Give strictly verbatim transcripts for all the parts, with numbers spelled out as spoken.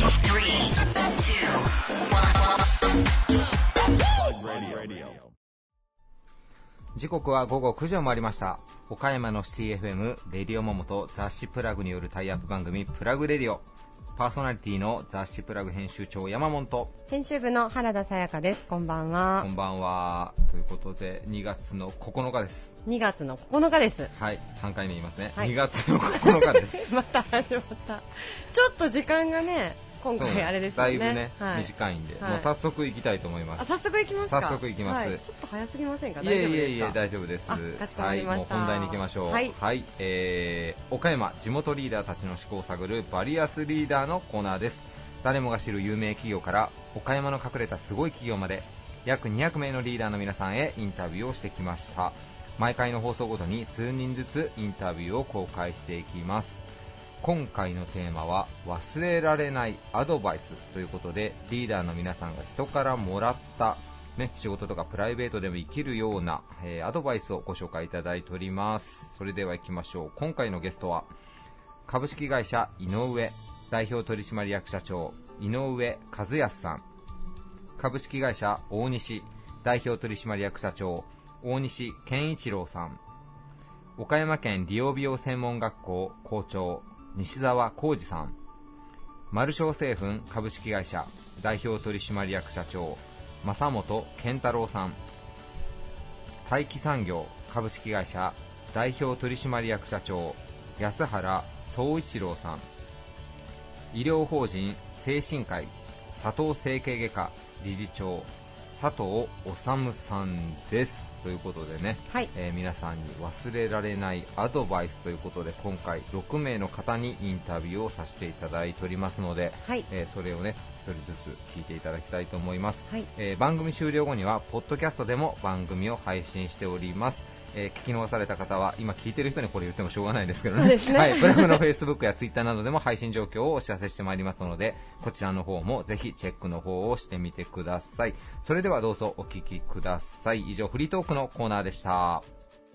時刻は午後くじを回りました。岡山のシティ エフエム レディオモモと雑誌プラグによるタイアップ番組プラグレディオ、パーソナリティの雑誌プラグ編集長山本と編集部の原田さやかです。こんばんは。 こんばんは。ということでにがつのここのかです。 にがつのここのかです。 はい、さんかいめ言いますね、はい、にがつのここのかですまた始まった。ちょっと時間がね今回あれですよね、 だいぶね、はい、短いんで、はい、もう早速行きたいと思います。 あ、早速行きますか。 早速行きます、はい、 ちょっと早すぎませんか。 いえいえいえ大丈夫です。 かしこまりました。 はい、もう本題に行きましょう。はい、はい、えー、岡山地元リーダーたちの思考を探るバリアスリーダーのコーナーです。誰もが知る有名企業から岡山の隠れたすごい企業まで約にひゃくめいのリーダーの皆さんへインタビューをしてきました。毎回の放送ごとに数人ずつインタビューを公開していきます。今回のテーマは忘れられないアドバイスということで、リーダーの皆さんが人からもらった、ね、仕事とかプライベートでも生きるような、えー、アドバイスをご紹介いただいております。それでは行きましょう。今回のゲストは株式会社井上代表取締役社長井上和康さん、株式会社大西代表取締役社長大西健一郎さん、岡山県理容美容専門学校校長西澤浩二さん、マルショー製粉株式会社代表取締役社長正本健太郎さん、大気産業株式会社代表取締役社長安原総一郎さん、医療法人精神科医佐藤整形外科理事長佐藤治さんです。ということでね、はい、えー、皆さんに忘れられないアドバイスということで今回ろくめいの方にインタビューをさせていただいておりますので、はい、えー、それをねひとりずつ聞いていただきたいと思います。はい、えー、番組終了後にはポッドキャストでも番組を配信しております。えー、聞き逃された方は今聞いてる人にこれ言ってもしょうがないですけど ね, ね、はい、ブログの Facebook や Twitter などでも配信状況をお知らせしてまいりますので、こちらの方もぜひチェックの方をしてみてください。それではどうぞお聞きください。以上フリートークのコーナーでした。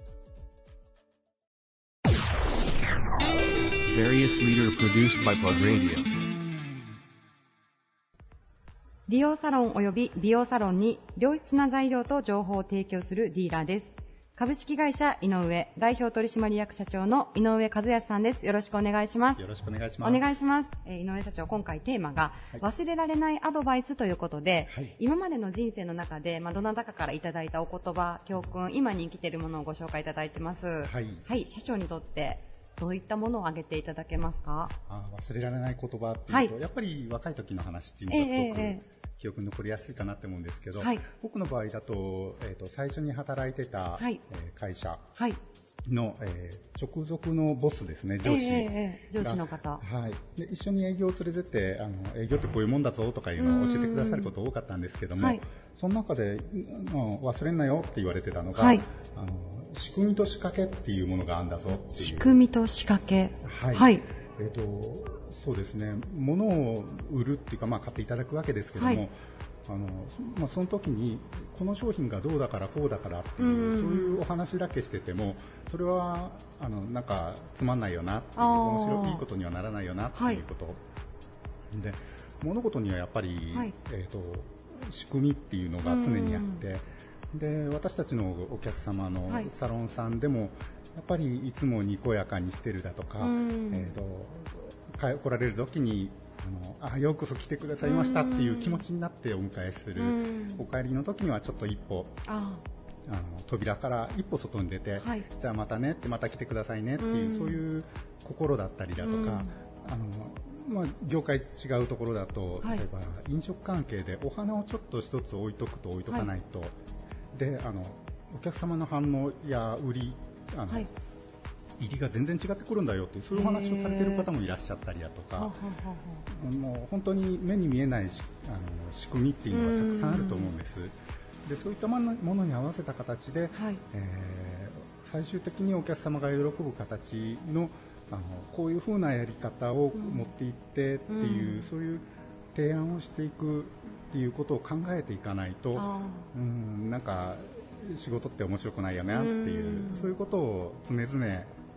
利用サロン及び美容サロンに良質な材料と情報を提供するディーラーです。株式会社井上代表取締役社長の井上和康さんです。よろしくお願いします。 よろしくお願いします。 お願いします。えー、井上社長、今回テーマが、はい、忘れられないアドバイスということで、はい、今までの人生の中で、まあ、どなたかからいただいたお言葉、教訓、今に生きているものをご紹介いただいてます。はい、はい、社長にとってどういったものを挙げていただけますか。 あ、忘れられない言葉っていうと、はい、やっぱり若い時の話っていうのがすごく、えーえー記憶に残りやすいかなって思うんですけど、はい、僕の場合だと、えーと、最初に働いてた、はい、えー、会社の、はい、えー、直属のボスですね、上司、 えー、上司の方、 はい、で一緒に営業を連れてってあの営業ってこういうもんだぞとかいうのを教えてくださること多かったんですけども、はい、その中で、うん、忘れんなよって言われてたのが、はい、あの仕組みと仕掛けっていうものがあるんだぞっていう。 仕組みと仕掛け、 はい、はい、えーとそうですね、物を売るっていうか、まあ、買っていただくわけですけども、はい、あのまあ、その時にこの商品がどうだからこうだからっていう、うん、そういうお話だけしててもそれはあのなんかつまんないよなっていう、面白いいいことにはならないよなっていうこと、はい、で物事にはやっぱり、はい、えーと、仕組みっていうのが常にあって、うん、で私たちのお客様のサロンさんでも、はい、やっぱりいつもにこやかにしてるだとか、うん、えーと来られる時にあのあようこそ来てくださいましたっていう気持ちになってお迎えする、お帰りの時にはちょっと一歩ああの扉から一歩外に出て、はい、じゃあまたねってまた来てくださいねっていう、そういう心だったりだとか、あの、まあ、業界違うところだと、例えば飲食関係でお花をちょっと一つ置いとくと置いとかないと、はい、であのお客様の反応や売りあの、はい、入りが全然違ってくるんだよっていう、そういうお話をされている方もいらっしゃったりだとか、もう本当に目に見えないあの仕組みっていうのがたくさんあると思うんです。でそういったものに合わせた形で、はい、えー、最終的にお客様が喜ぶ形の、あのこういう風なやり方を持っていってっていう、うん、そういう提案をしていくっていうことを考えていかないと、うん、なんか仕事って面白くないよねっていう、そういうことを常々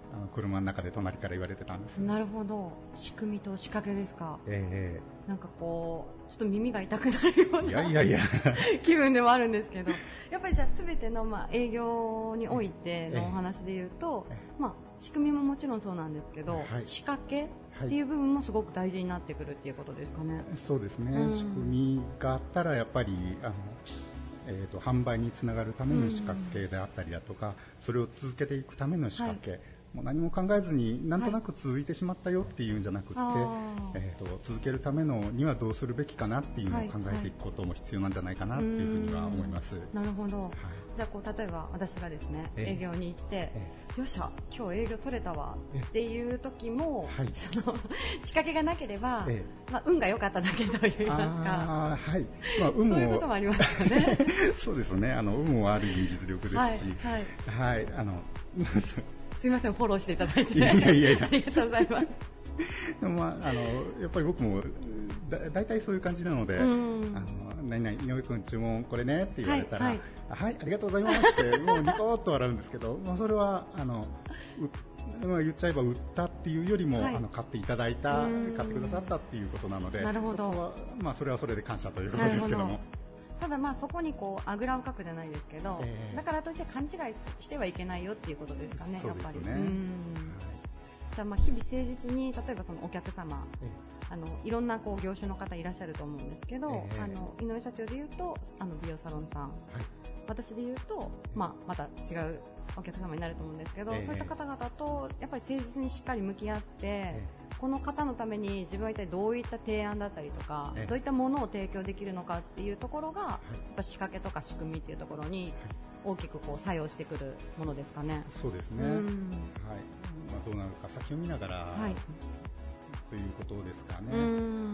あの車の中で隣から言われてたんです。 なるほど。仕組みと仕掛けですか。 ええ、 なんかこうちょっと耳が痛くなるようないやいやいや気分ではあるんですけど、やっぱりじゃあ全てのまあ営業においてのお話で言うと、まあ仕組みももちろんそうなんですけど、はい、仕掛けっていう部分もすごく大事になってくるっていうことですかね。 そうですね、うん、仕組みがあったらやっぱりあの、えー、と販売につながるための仕掛けであったりだとか、うん、それを続けていくための仕掛け、はい、もう何も考えずになんとなく続いてしまったよっていうんじゃなくって、はい、えー、と続けるためのにはどうするべきかなっていうのを考えていくことも必要なんじゃないかなっていうふうには思います。 なるほど、はい、じゃあこう例えば私がですね、営業に行って、よっしゃ今日営業取れたわっていう時も、はい、その仕掛けがなければ、まあ、運が良かっただけといいますか、 あ、はい、まあ、運もそういうこともありますよねそうですね、あの運もある意味実力ですし、はいはいはい、あのすいません、フォローしていただいて。 いやいやいやいやありがとうございます。 でも、まあ、あのやっぱり僕もだ大体そういう感じなので、あの何々井上君注文これねって言われたら、はい、はいはい、ありがとうございますってもうニコッと笑うんですけど、まあ、それはあのう、まあ、言っちゃえば売ったっていうよりも、はい、あの買っていただいた、買ってくださったっていうことなので、 なるほど、 そこは、まあ、それはそれで感謝ということですけども。 ただまあそこにこうあぐらをかくじゃないですけど、えー、だからといって勘違いしてはいけないよっていうことですかね。 そうですね、 やっぱり。うん、じゃあまあ日々誠実に、例えばそのお客様、えー、あのいろんなこう業種の方いらっしゃると思うんですけど、えー、あの井上社長でいうとあの美容サロンさん、はい、私でいうと、まあ、また違うお客様になると思うんですけど、えー、そういった方々とやっぱり誠実にしっかり向き合って、えーこの方のために自分は一体どういった提案だったりとか、どういったものを提供できるのかっていうところが、やっぱ仕掛けとか仕組みっていうところに大きくこう作用してくるものですかね。 そうですね、うん、はい、まあ、どうなるか先を見ながら、はい、ということですかね。うん、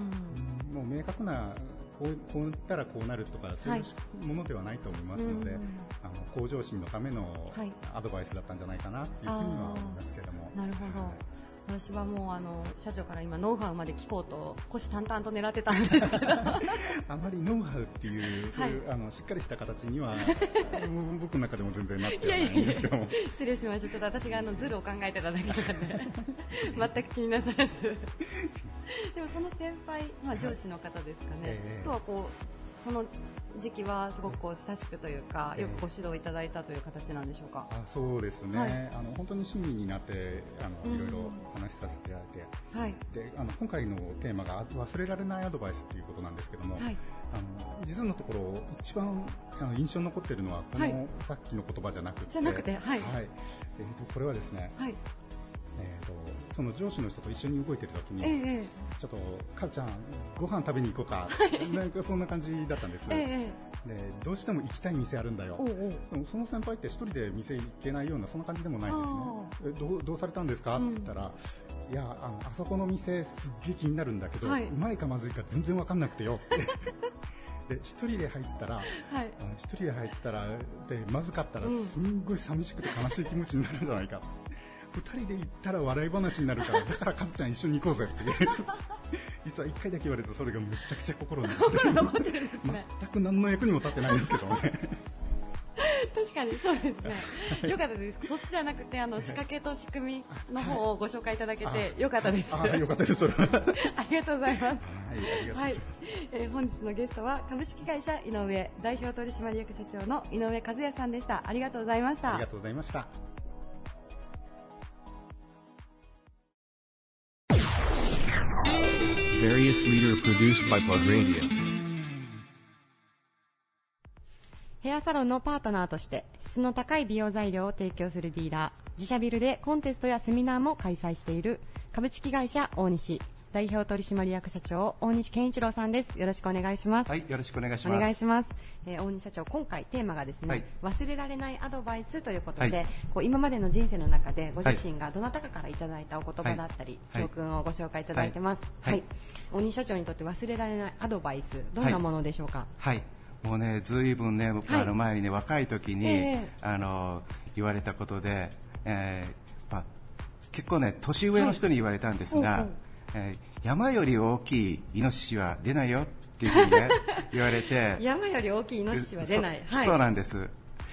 もう明確なこう、こう言ったらこうなるとかそういうものではないと思いますので、はい、あの向上心のためのアドバイスだったんじゃないかなっていうふうには思いますけども。 なるほど、はい、私はもうあの社長から今ノウハウまで聞こうと虎視眈々と狙ってたんですけどあまりノウハウっていう、そういう、はい、あのしっかりした形には僕の中でも全然なってはないんですけども。いやいやいや失礼しました。ちょっと私があのズルを考えてただけなんで全く気になさらずでもその先輩、まあ、上司の方ですかね、えー、とはこうその時期はすごくこう親しくというか、よくご指導いただいたという形なんでしょうか。 あ、そうですね、はい、あの本当に親身になってあの、うん、いろいろ話させていただいて、はい、であの今回のテーマが忘れられないアドバイスということなんですけども、はい、あの実のところ一番あの印象に残っているのはこの、はい、さっきの言葉じゃなくて、 じゃなくて、はいはい、 えーと、これはですね、はい、えーとその上司の人と一緒に動いているときに、ええ、ちょっと母ちゃんご飯食べに行こうか、はい、なんかそんな感じだったんです、ええ、でどうしても行きたい店あるんだよ。おうおう、でもその先輩って一人で店行けないようなそんな感じでもないんですね。え ど, うどうされたんですか、うん、って言ったら、いや あ, のあそこの店すっげえ気になるんだけど、はい、うまいかまずいか全然分かんなくてよってで一人で入ったら、はい、あの一人で入ったらでまずかったらすんごい寂しくて悲しい気持ちになるんじゃないかふたりで行ったら笑い話になるから、だからカズちゃん一緒に行こうぜって実はいっかいだけ言われて、それがめちゃくちゃ心に残ってるんですね。全く何の役にも立ってないんですけどね確かにそうですね。よかったです。そっちじゃなくてあの仕掛けと仕組みの方をご紹介いただけてよかったです。 ああよかったです。それはありがとうございます。はい、はい、えー、本日のゲストは株式会社井上代表取締役社長の井上和也さんでした。ありがとうございました。 ありがとうございました。 Various leader produced by Pod Radio。 ヘアサロンのパートナーとして質の高い美容材料を提供するディーラー、自社ビルでコンテストやセミナーも開催している株式会社大西代表取締役社長大西健一郎さんです。よろしくお願いします。 はい、よろしくお願いします。 お願いします。えー、大西社長、今回テーマがですね、はい、忘れられないアドバイスということで、はい、こう今までの人生の中でご自身がどなたかからいただいたお言葉だったり、はい、教訓をご紹介いただいてます。はい、はい、大西社長にとって忘れられないアドバイス、どんなものでしょうか。 はい、はい、もうね、ずいぶんね、僕、はい、あの前にね、若い時に、えー、あの言われたことで、えーまあ、結構ね、年上の人に言われたんですが、はい、えー、山より大きいイノシシは出ないよっていうふうに、ね、言われて山より大きいイノシシは出ない、 そ, はい、そうなんです。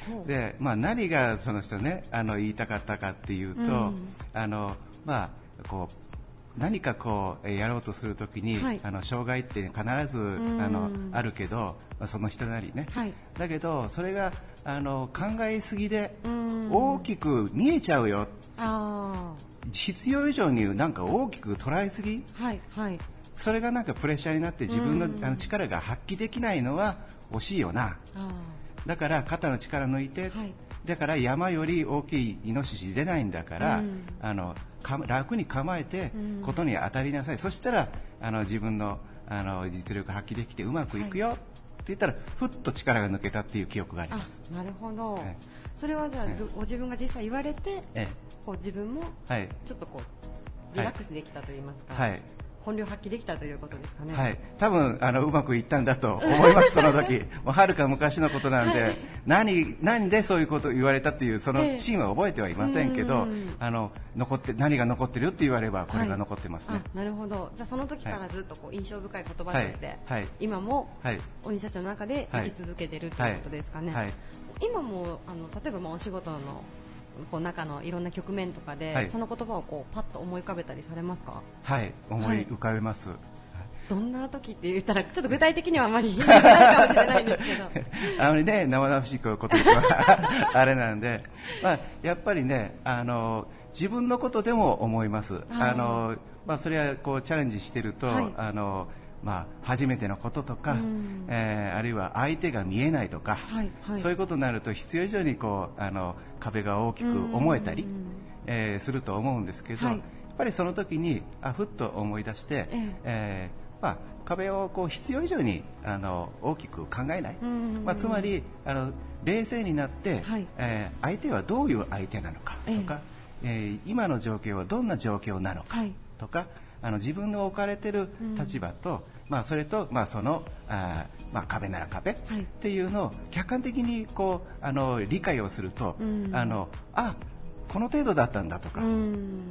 で、まあ、何がその人ねあの言いたかったかっていうと、うん、あのまあこう何かこうやろうとするときに、はい、あの障害って必ずあのあるけど、その人なりね、はい、だけどそれがあの考えすぎで大きく見えちゃうよ、あ必要以上になんか大きく捉えすぎ、はいはい、それがなんかプレッシャーになって自分の、あの力が発揮できないのは惜しいよな、だから肩の力抜いて、はい、だから山より大きいイノシシ出ないんだから、うん、あのか楽に構えてことに当たりなさい、うん、そしたらあの自分 の, あの実力発揮できてうまくいくよ、はい、って言ったらふっと力が抜けたっていう記憶があります。 あ、なるほど、はい、それはじゃあ、はい、ご自分が実際言われて、ええ、こう自分もちょっとこうリラックスできたといいますか、はいはい、本領発揮できたということですかね。 はい、多分あのうまくいったんだと思いますその時もうはるか昔のことなんで、はい、何, 何でそういうことを言われたっていうそのシーンは覚えてはいませんけど、えー、あの残って何が残ってるって言われればこれが残ってますね、はい、 あ、なるほど。じゃあその時からずっとこう印象深い言葉として、はいはい、今も鬼社長の中で生き続けてるということですかね、はいはい、今もあの例えばまあお仕事のこう中のいろんな局面とかで、はい、その言葉をこうパッと思い浮かべたりされますか？ はい、思い浮かべます、はい、 どんな時って言ったらちょっと具体的にはあまり言えないかもしれないんですけどあまりね生々しいこと言ってはあれなんで、まあ、やっぱりねあの自分のことでも思います。あの、まあ、それはこうチャレンジしてると、はい、あのまあ、初めてのこととか、えー、あるいは相手が見えないとか、はいはい、そういうことになると必要以上にこうあの壁が大きく思えたり、えー、すると思うんですけど、はい、やっぱりその時にあふっと思い出して、ええーまあ、壁をこう必要以上にあの大きく考えない、まあ、つまりあの冷静になって、はいえー、相手はどういう相手なのかとか、えー、今の状況はどんな状況なのかとか、はい、あの自分の置かれている立場と、うんまあ、それと、まあ、そのあ、まあ、壁なら壁っていうのを客観的にこうあの理解をすると、うん、あのあこの程度だったんだとか、うん、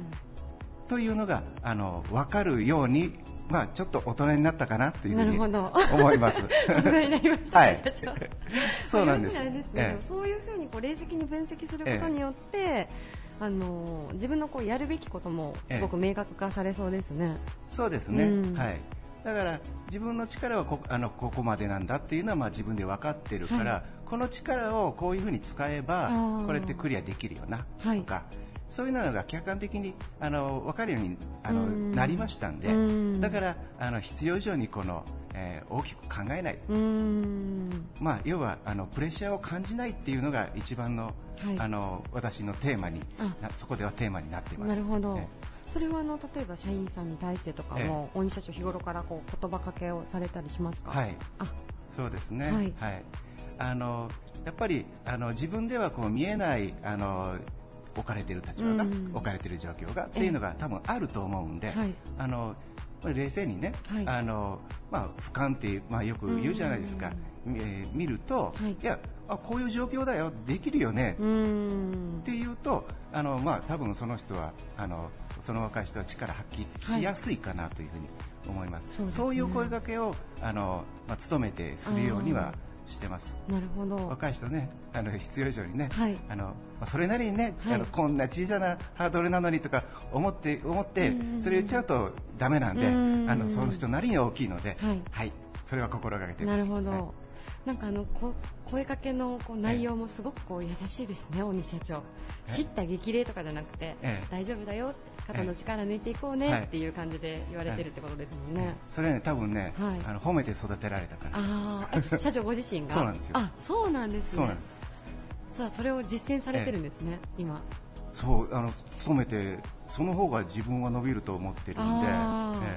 というのがあの分かるように、まあ、ちょっと大人になったかなというふうに思います。 大人になりました、はい、 そうなんです。 ですね、ええ、そういうふうにこう冷静に分析することによって、ええあの自分のこうやるべきこともすごく明確化されそうですね。 ええ、そうですね、うんはい、だから自分の力は こ, あのここまでなんだっていうのはまあ自分で分かってるから、はい、この力をこういうふうに使えばこれってクリアできるよなとか、はい、そういうのが客観的にあの分かるようにあのなりましたんで、んだからあの必要以上にこの、えー、大きく考えない、うんまあ、要はあのプレッシャーを感じないっていうのが一番の、はい、あの私のテーマにそこではテーマになっています。 なるほど、えーそれはあの例えば社員さんに対してとかも、ええ、大西社長日頃からこう言葉かけをされたりしますか？ はい、あそうですね、はいはい、あのやっぱりあの自分ではこう見えないあの置かれている立場が、うん、置かれている状況がっていうのが多分あると思うんで、はい、あの冷静にね、はいあのまあ、俯瞰って、まあ、よく言うじゃないですか、うんえー、見ると、はい、いやあこういう状況だよできるよねうんっていうとあの、まあ、多分その人はあのその若い人は力発揮しやすいかなというふうに思います。はい、そうですね、そういう声掛けをあの、まあ、努めてするようにはしてます。 なるほど。 若い人ねあの必要以上にね、はい、あのまあ、それなりにね、はい、あのこんな小さなハードルなのにとか思って思ってそれ言っちゃうとダメなんであのその人なりに大きいので、はいはい、それは心がけてます。 なるほど、 はい、 なんかあのこ声かけのこう内容もすごくこう優しいですね、大西社長。叱咤激励とかじゃなくて、ええ、大丈夫だよ、肩の力抜いていこうねっていう感じで言われてるってことですもんね。はい、 それはね多分ね、はい、あの褒めて育てられたから。 あ社長ご自身がそうなんですよ。 あそうなんですね。 そうなんです。 さあそれを実践されてるんですね、え今。 そうあの努めてその方が自分は伸びると思ってるんで、ええ、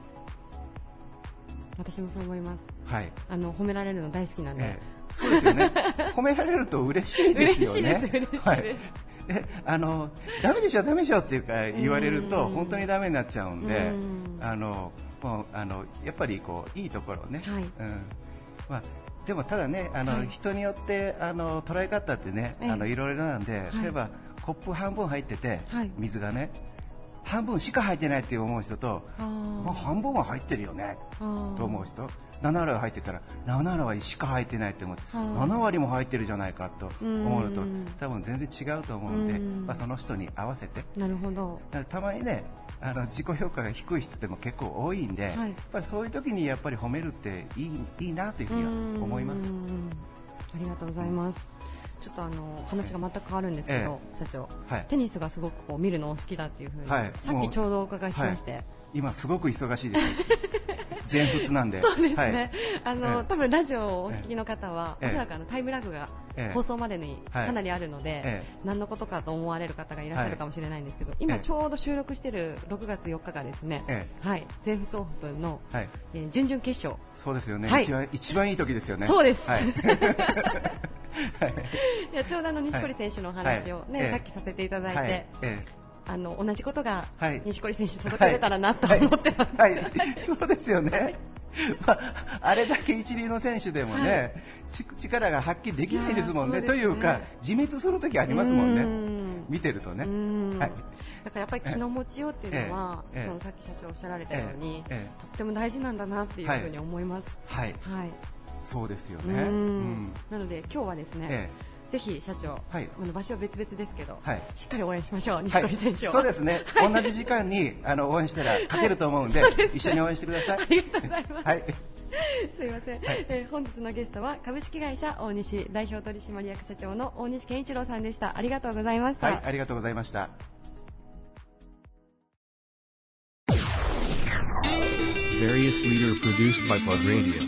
私もそう思います。 はい、 あの褒められるの大好きなんで、ええ、そうですよね褒められると嬉しいですよね。 嬉しいです、嬉しいです、はい、 えあのダメでしょダメでしょっていうか言われると本当にダメになっちゃうんで、うんあのもうあのやっぱりこういいところね、はいうんまあ、でもただねあの、はい、人によってあの捉え方ってね、ええ、あのいろいろなんで、はい、例えばコップ半分入ってて、はい、水がね半分しか入ってないって思う人と、もう半分は入ってるよねと思う人、ななわり入ってたらななわりしか入ってないって思う、ななわりも入ってるじゃないかと思うのと多分全然違うと思うので、まあ、その人に合わせて。 なるほど。 たまにね、あの自己評価が低い人でも結構多いんで、はい、やっぱりそういう時にやっぱり褒めるっていい、いいなというふうには思います。 ありがとうございます。ちょっとあの話が全く変わるんですけど、ええ、社長、はい、テニスがすごくこう見るのを好きだっていうふうに、はい、さっきちょうどお伺いしまして、はい、 今すごく忙しいです全仏なんで。 そうですね、はい、あの、ええ、多分ラジオをお聞きの方は、ええ、おそらくあのタイムラグが放送までにかなりあるので、ええ、何のことかと思われる方がいらっしゃるかもしれないんですけど、今ちょうど収録しているろくがつよっかがですね、ええ、はい、全仏オープンの、はい、えー、準々決勝。 そうですよね、はい、一番、一番いい時ですよね。 そうです、はい、いやちょうどあの錦織選手のお話を、ね、はい、さっきさせていただいて、はい、ええ、あの同じことが錦織選手に届けれたらなと思ってます。 はいはいはい、そうですよね、はい、まあ、あれだけ一流の選手でもね、はい、力が発揮できないですもん ね, ねというか自滅するときありますもんね、ん見てるとね。はい、 だからやっぱり気の持ちようっていうのは、ええ、そのさっき社長おっしゃられたように、ええ、とっても大事なんだなっていうふうに思います。 はい、はいはい、そうですよね。うん、 なので今日はですね、ええ、ぜひ社長、はい、場所は別々ですけど、はい、しっかり応援しましょう、錦織選手を。 はい、そうですね、はい、同じ時間にあの応援したら勝てると思うんで、はい、一緒に応援してください。 ありがとうございます。 はい、 すいません、はい、えー、本日のゲストは株式会社大西代表取締役社長の大西健一郎さんでした。ありがとうございました。 はい、ありがとうございました。 Various Leader produced by Pod Radio。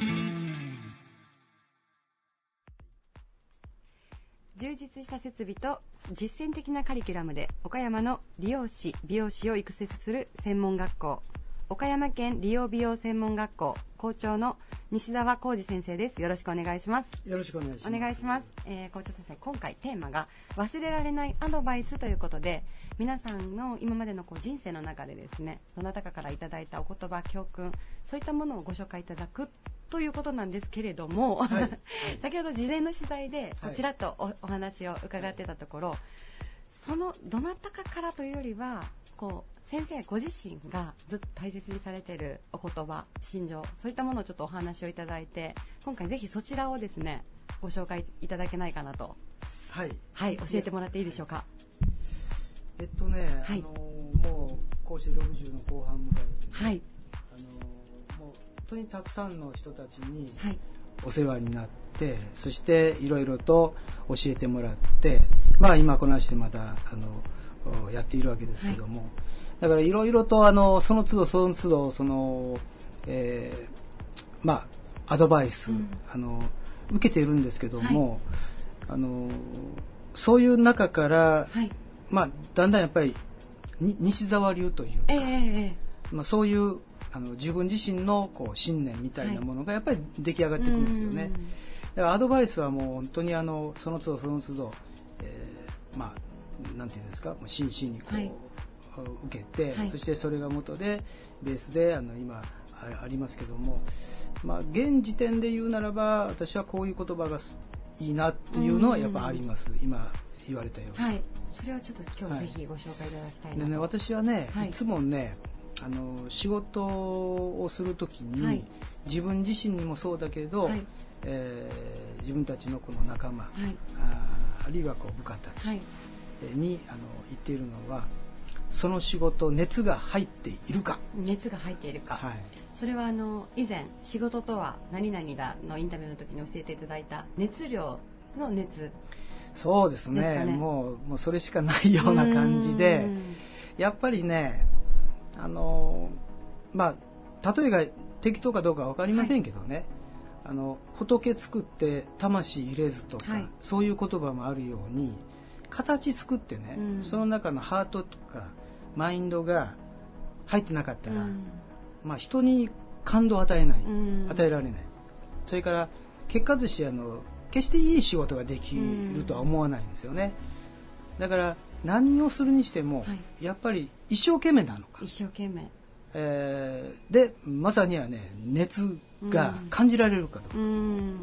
充実した設備と実践的なカリキュラムで岡山の理容師美容師を育成する専門学校、岡山県理容美容専門学校校長の西澤浩二先生です。よろしくお願いします。 よろしくお願いします。 お願いします。えー、校長先生、今回テーマが忘れられないアドバイスということで、皆さんの今までのこう人生の中でですね、どなたかからいただいたお言葉、教訓、そういったものをご紹介いただくということなんですけれども、はいはい、先ほど事前の取材でこちらと お,、はい、お話を伺ってたところ、そのどなたかからというよりはこう先生ご自身がずっと大切にされているお言葉、心情、そういったものをちょっとお話をいただいて、今回ぜひそちらをですねご紹介いただけないかなと。はい、はい、教えてもらっていいでしょうか。 えっとね、はい、あのもうこうしてろくじゅうの後半迎えて、ね、はい、あのもう本当にたくさんの人たちにお世話になって、はい、そしていろいろと教えてもらって、まあ、今こなしてまたあのやっているわけですけども、はい、だからいろいろとあのその都度その都度その、えー、まあアドバイス、うん、あの受けているんですけども、はい、あのそういう中から、はい、まあ、だんだんやっぱり西澤流というか、えーまあ、そういうあの自分自身のこう信念みたいなものがやっぱり出来上がってくるんですよね。はい、だからアドバイスはもう本当にあのその都度その都度、えー、まあなんていうんですか、真摯にこう、はい、受けて、はい、そしてそれが元でベースであの今ありますけども、まあ、現時点で言うならば私はこういう言葉がいいなっていうのはやっぱあります。今言われたように、はい、 それをちょっと今日ぜひご紹介いただきたいなと。 でね、私はね、はい、いつもねあの仕事をするときに、はい、自分自身にもそうだけど、はい、えー、自分たちのこの仲間、はい、あ, あるいはこう部下たちに、はい、あの言っているのは、その仕事熱が入っているか。 熱が入っているか、はい、それはあの以前仕事とは何々だのインタビューの時に教えていただいた熱量の熱。 そうです ね, ですねもう、もうそれしかないような感じで、やっぱりね、あのまあ例えが適当かどうか分かりませんけどね、はい、あの仏作って魂入れずとか、はい、そういう言葉もあるように、形作ってね、うん、その中のハートとかマインドが入ってなかったら、うん、まあ、人に感動を与えない、うん、与えられない。それから結果としてあの決していい仕事ができるとは思わないんですよね。だから何をするにしても、はい、やっぱり一生懸命なのか、 一生懸命、 えー、でまさにはね熱が感じられるかどうか、うん、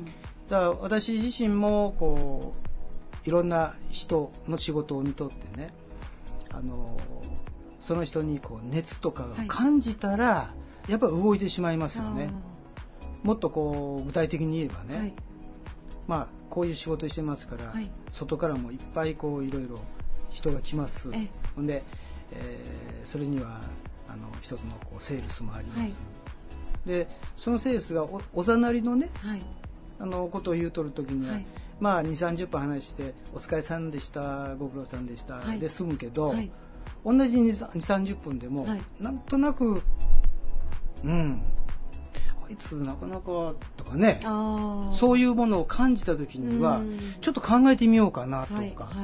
だから私自身もこういろんな人の仕事を見とってね、あのその人にこう熱とかが感じたら、はい、やっぱり動いてしまいますよね。もっとこう具体的に言えばね、はい、まあこういう仕事してますから、はい、外からもいっぱいこういろいろ人が来ます。ほんで、えー、それにはあの一つのこうセールスもあります。はい、でそのセールスが お, おざなりのね、はい、あのことを言うとるときには、はい、まあにじゅうさんじゅっぷん話してお疲れさんでした、ご苦労さんでした、はい、で済むけど、はい、同じにじゅうさんじゅっぷんでも、はい、なんとなくうんあいつなかなかとかね、そういうものを感じたときにはちょっと考えてみようかなとか、はいはい、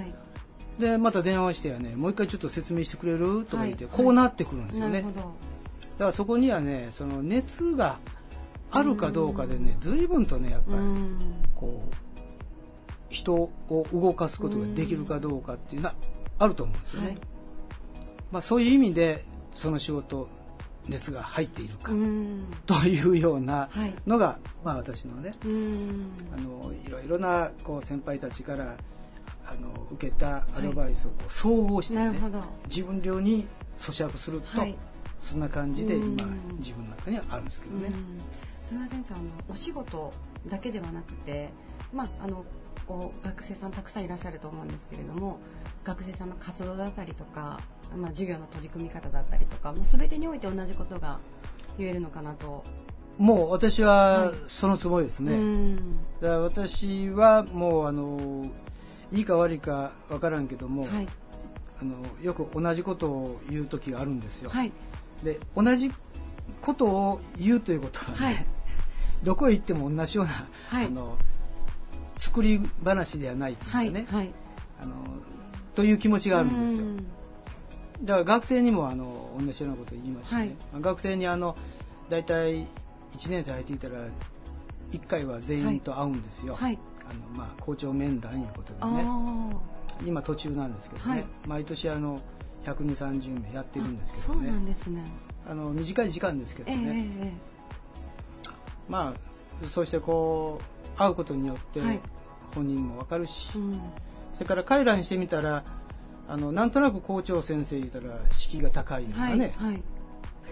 でまた電話してやね、もう一回ちょっと説明してくれるとか言って、はい、こうなってくるんですよね。なるほど。だからそこにはね、その熱があるかどうかでね、随分とねやっぱりこう人を動かすことができるかどうかっていうのはあると思うんですよね。はい、まあ、そういう意味でその仕事熱が入っているかというようなのが、はい、まあ、私のね、あのいろいろなこう先輩たちからあの受けたアドバイスをこう総合して、ね、はい、自分流に咀嚼すると、はい、そんな感じで今自分の中にはあるんですけどね。 それは先生、あのお仕事だけではなくて、まあ、あのこう学生さんたくさんいらっしゃると思うんですけれども、学生さんの活動だったりとか、まあ、授業の取り組み方だったりとか、もう全てにおいて同じことが言えるのかなと。 もう私はそのつもりですね。はい、だから私はもうあのいいか悪いか分からんけども、はい、あのよく同じことを言う時があるんですよ。はい、で同じことを言うということはね、はい、どこへ行っても同じような、はい、あの作り話ではないというかね、はいはい、あのという気持ちがあるんですよ。だから学生にもあの同じようなことを言いますしね、はい、学生にあのだいたいいちねん生入っていたらいっかいは全員と会うんですよ。はい、あのまあ、校長面談いうことでね、今途中なんですけどね、はい、毎年あのひゃくにじゅう、さんじゅうめいやってるんですけどね。 そうなんですね。あの短い時間ですけどね、えーえー、まあそうしてこう会うことによって本人も分かるし、はい、うん、それから彼らにしてみたらあのなんとなく校長先生言ったら敷居が高いのがね、はいはい、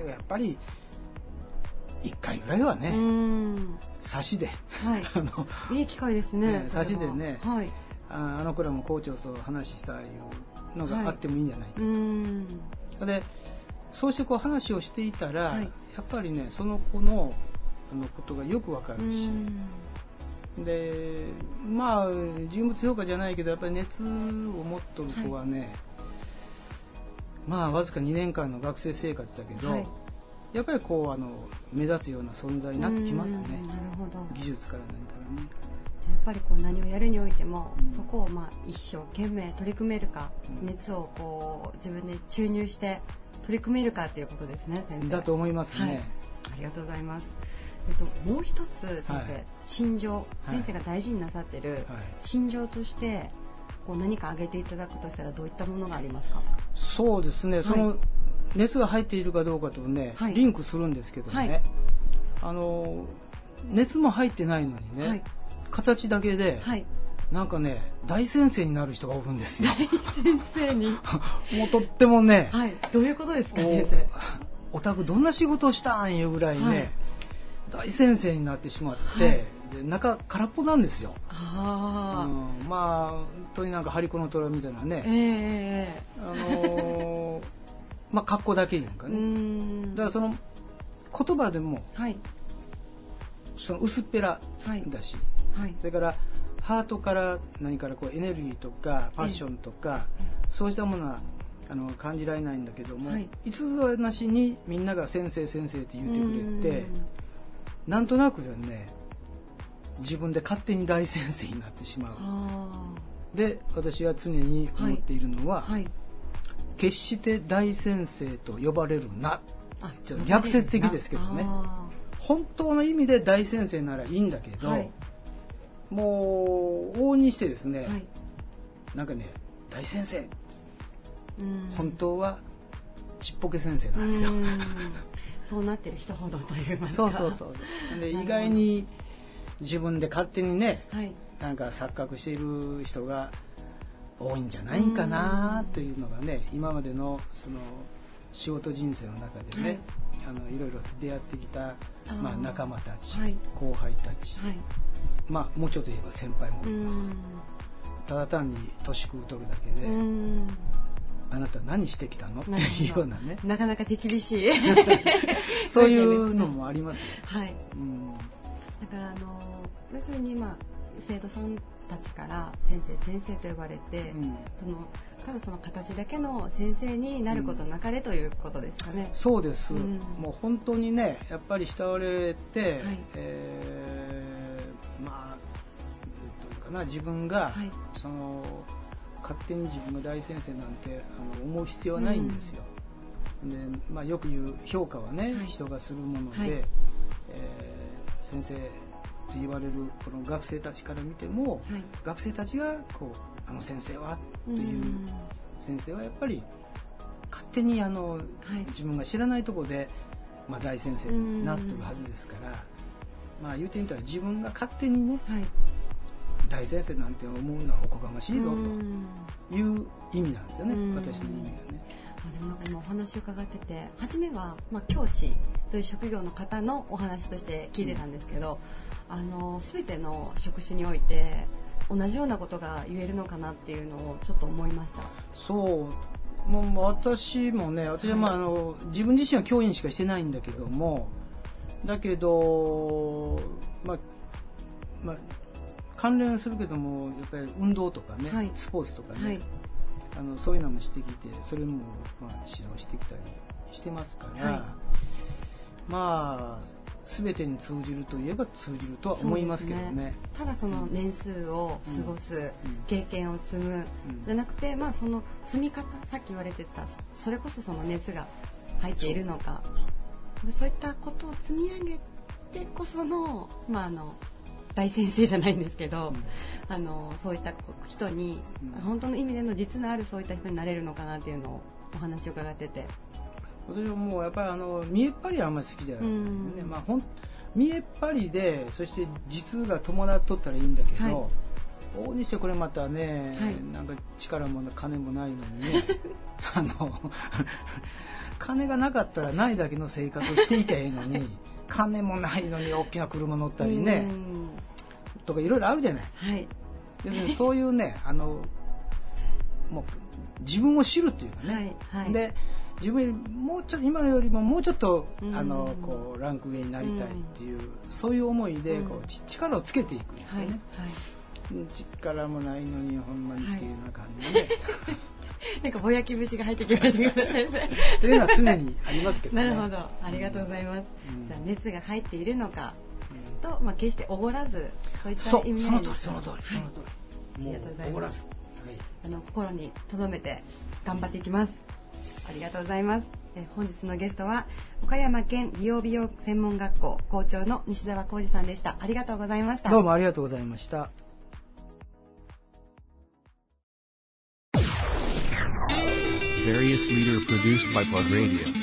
やっぱりいっかいぐらいはね、うん、差しで、はい、 あのいい機会ですね。 ね、差しでね、はい、あ, あの頃も校長と話したいのがあってもいいんじゃないかと、はい、うん、でそうしてこう話をしていたら、はい、やっぱりねその子のあのことがよくわかるし、でまあ人物評価じゃないけどやっぱり熱を持っとる子はね、はい、まあわずかにねんかんの学生生活だけど、はい、やっぱりこうあの目立つような存在になってきますね。 なるほど。 技術から何からね。 やっぱりこう何をやるにおいても、うん、そこをまあ一生懸命取り組めるか、うん、熱をこう自分で注入して取り組めるかということですね、先生。 だと思いますね。はい、 ありがとうございます。えっと、もう一つ先生、はい、心情、はい、先生が大事になさっている心情としてこう何か挙げていただくとしたらどういったものがありますか？ そうですね、はい、その熱が入っているかどうかとね、はい、リンクするんですけどね、はい、あの熱も入ってないのにね、はい、形だけで、はい、なんかね大先生になる人がおるんですよ。 大先生にもうとってもね、 はい、どういうことですか先生？ お宅どんな仕事をしたんいうぐらいね、はい、大先生になってしまって、はい、で中空っぽなんですよ。あ、うん、まあ本当になんか張り子の虎みたいなね、えー、あのー、まあ格好だけいうかね、うーん、だからその言葉でも、はい、その薄っぺらだし、はいはい、それからハートから何からこうエネルギーとかパッションとか、えー、そうしたものはあの感じられないんだけども、はい、いつぞなしにみんなが先生先生って言ってくれて、なんとなくね自分で勝手に大先生になってしまう。で私は常に思っているのは、はいはい、決して大先生と呼ばれるな、ちょっと逆説的ですけどね、本当の意味で大先生ならいいんだけど、はい、もう往々にしてですね、はい、なんかね大先生、本当はちっぽけ先生なんですよ。 そうなってる人ほどというか。 そうそうそう。で意外に自分で勝手にね、はい、なんか錯覚している人が多いんじゃないかなというのがね、今までのその仕事人生の中でね、はい、あのいろいろ出会ってきたまあ、仲間たち、はい、後輩たち、はい、まあ、もうちょっと言えば先輩もいます。ただ単に年食うとるだけであなた何してきたのっていうようなね、 なかなか手厳しいそういうのもありますよ、 はい、うん、だからあの要するに、まあ、生徒さんたちから先生先生と呼ばれて、うん、そのただその形だけの先生になることなかれということですかね、 うん、そうです、うん、もう本当にねやっぱり慕われて、はい、えー、まあどういうかな、自分が、はい、その勝手に自分が大先生なんてあの思う必要はないんですよ、うん、で、まあ、よく言う評価はね、はい、人がするもので、はい、えー、先生と言われるこの学生たちから見ても、はい、学生たちがこうあの先生はという先生はやっぱり勝手にあの、はい、自分が知らないところで、まあ、大先生になってるはずですから、まあ、言うてみたら自分が勝手にね、はい、大先生なんて思うのはおこがましいぞという意味なんですよね、私の意味はね。 でもなんか今お話を伺ってて、初めは、まあ、教師という職業の方のお話として聞いてたんですけど、あの全ての職種において同じようなことが言えるのかなっていうのをちょっと思いました。 そう、もう私もね、私は、まあ、あの自分自身は教員しかしてないんだけども、だけど、まあまあ、関連するけどもやっぱり運動とかね、はい、スポーツとかね、はい、あのそういうのもしてきて、それも、まあ、指導してきたりしてますから、はい、まあ全てに通じるといえば通じるとは思いますけど ね, ねただその年数を過ごす、うん、経験を積む、うん、じゃなくて、まあ、その積み方、さっき言われてたそれこそその熱が入っているのか、そう、そういったことを積み上げてこその、まあ、あの大先生じゃないんですけど、うん、あのそういった人に、うん、本当の意味での実のあるそういった人になれるのかなっていうのをお話を伺ってて、 私はもうやっぱりあの見えっ張りはあんまり好きじゃないですね、まあ、ほん見えっ張りでそして実が伴っとったらいいんだけど、はい、大にしてこれまたね、はい、なんか力も金もないのにねあの金がなかったらないだけの生活をしていきゃいいのに金もないのに大きな車乗ったりねとかいろいろあるじゃない、はい、要するにそういうねあのもう自分を知るっていうかね、はいはい、で自分よりもうちょっと今よりももうちょっと、うん、あのこうランク上になりたいっていう、うん、そういう思いでこう、うん、力をつけていくってね、はいはい、力もないのにほんまにっていうような感じで、ね、 はい、なんかぼやき節が入ってきましたけど先生というのは常にありますけどね。 なるほど、ありがとうございます、うん、じゃあ熱が入っているのか、うん、と、まあ、決しておごらずそういった意味合いで、その通りその通りその通り、 はい、もうおごらず、 はい、あの心に留めて頑張っていきます。ありがとうございます。え本日のゲストは岡山県美容美容専門学校校長の西澤浩二さんでした。ありがとうございました。 どうもありがとうございました。 Various leader produced by Plug Radio。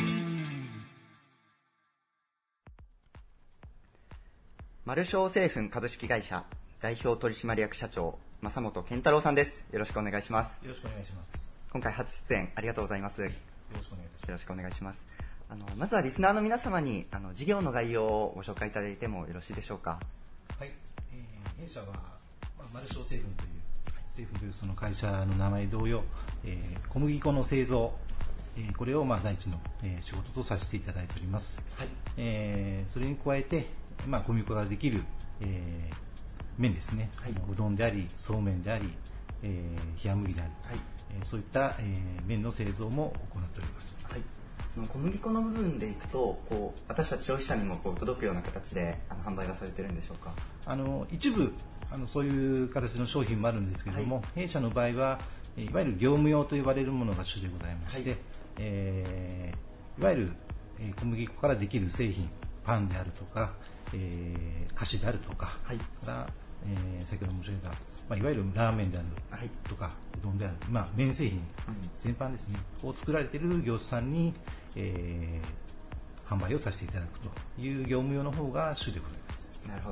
マルショー製粉株式会社代表取締役社長正本健太郎さんです。よろしくお願いします。 よろしくお願いします。 今回初出演ありがとうございます。よろしくお願いいたします。 よろしくお願いします。あのまずはリスナーの皆様にあの事業の概要をご紹介いただいてもよろしいでしょうか。 はい、えー、弊社は、まあ、マルショー製粉という製粉というその会社の名前同様、えー、小麦粉の製造、えー、これをまあ第一の、えー、仕事とさせていただいております。はい、えー、それに加えて、まあ、小麦粉からできる、えー、麺ですね、はい、うどんでありそうめんであり、えー、冷麦であり、はい、えー、そういった、えー、麺の製造も行っております。 はい、その小麦粉の部分でいくとこう私たち消費者にもこう届くような形であの販売がされているんでしょうか。 あの一部あのそういう形の商品もあるんですけれども、はい、弊社の場合はいわゆる業務用と呼ばれるものが主でございまして、はい、えー、いわゆる小麦粉からできる製品、パンであるとか、えー、菓子であるとか、はい、からえー、先ほど申し上げた、まあ、いわゆるラーメンであるとか、はい、うどんである、まあ、麺製品全般ですね、うん、を作られている業者さんに、えー、販売をさせていただくという業務用の方が主でございます。 なるほど。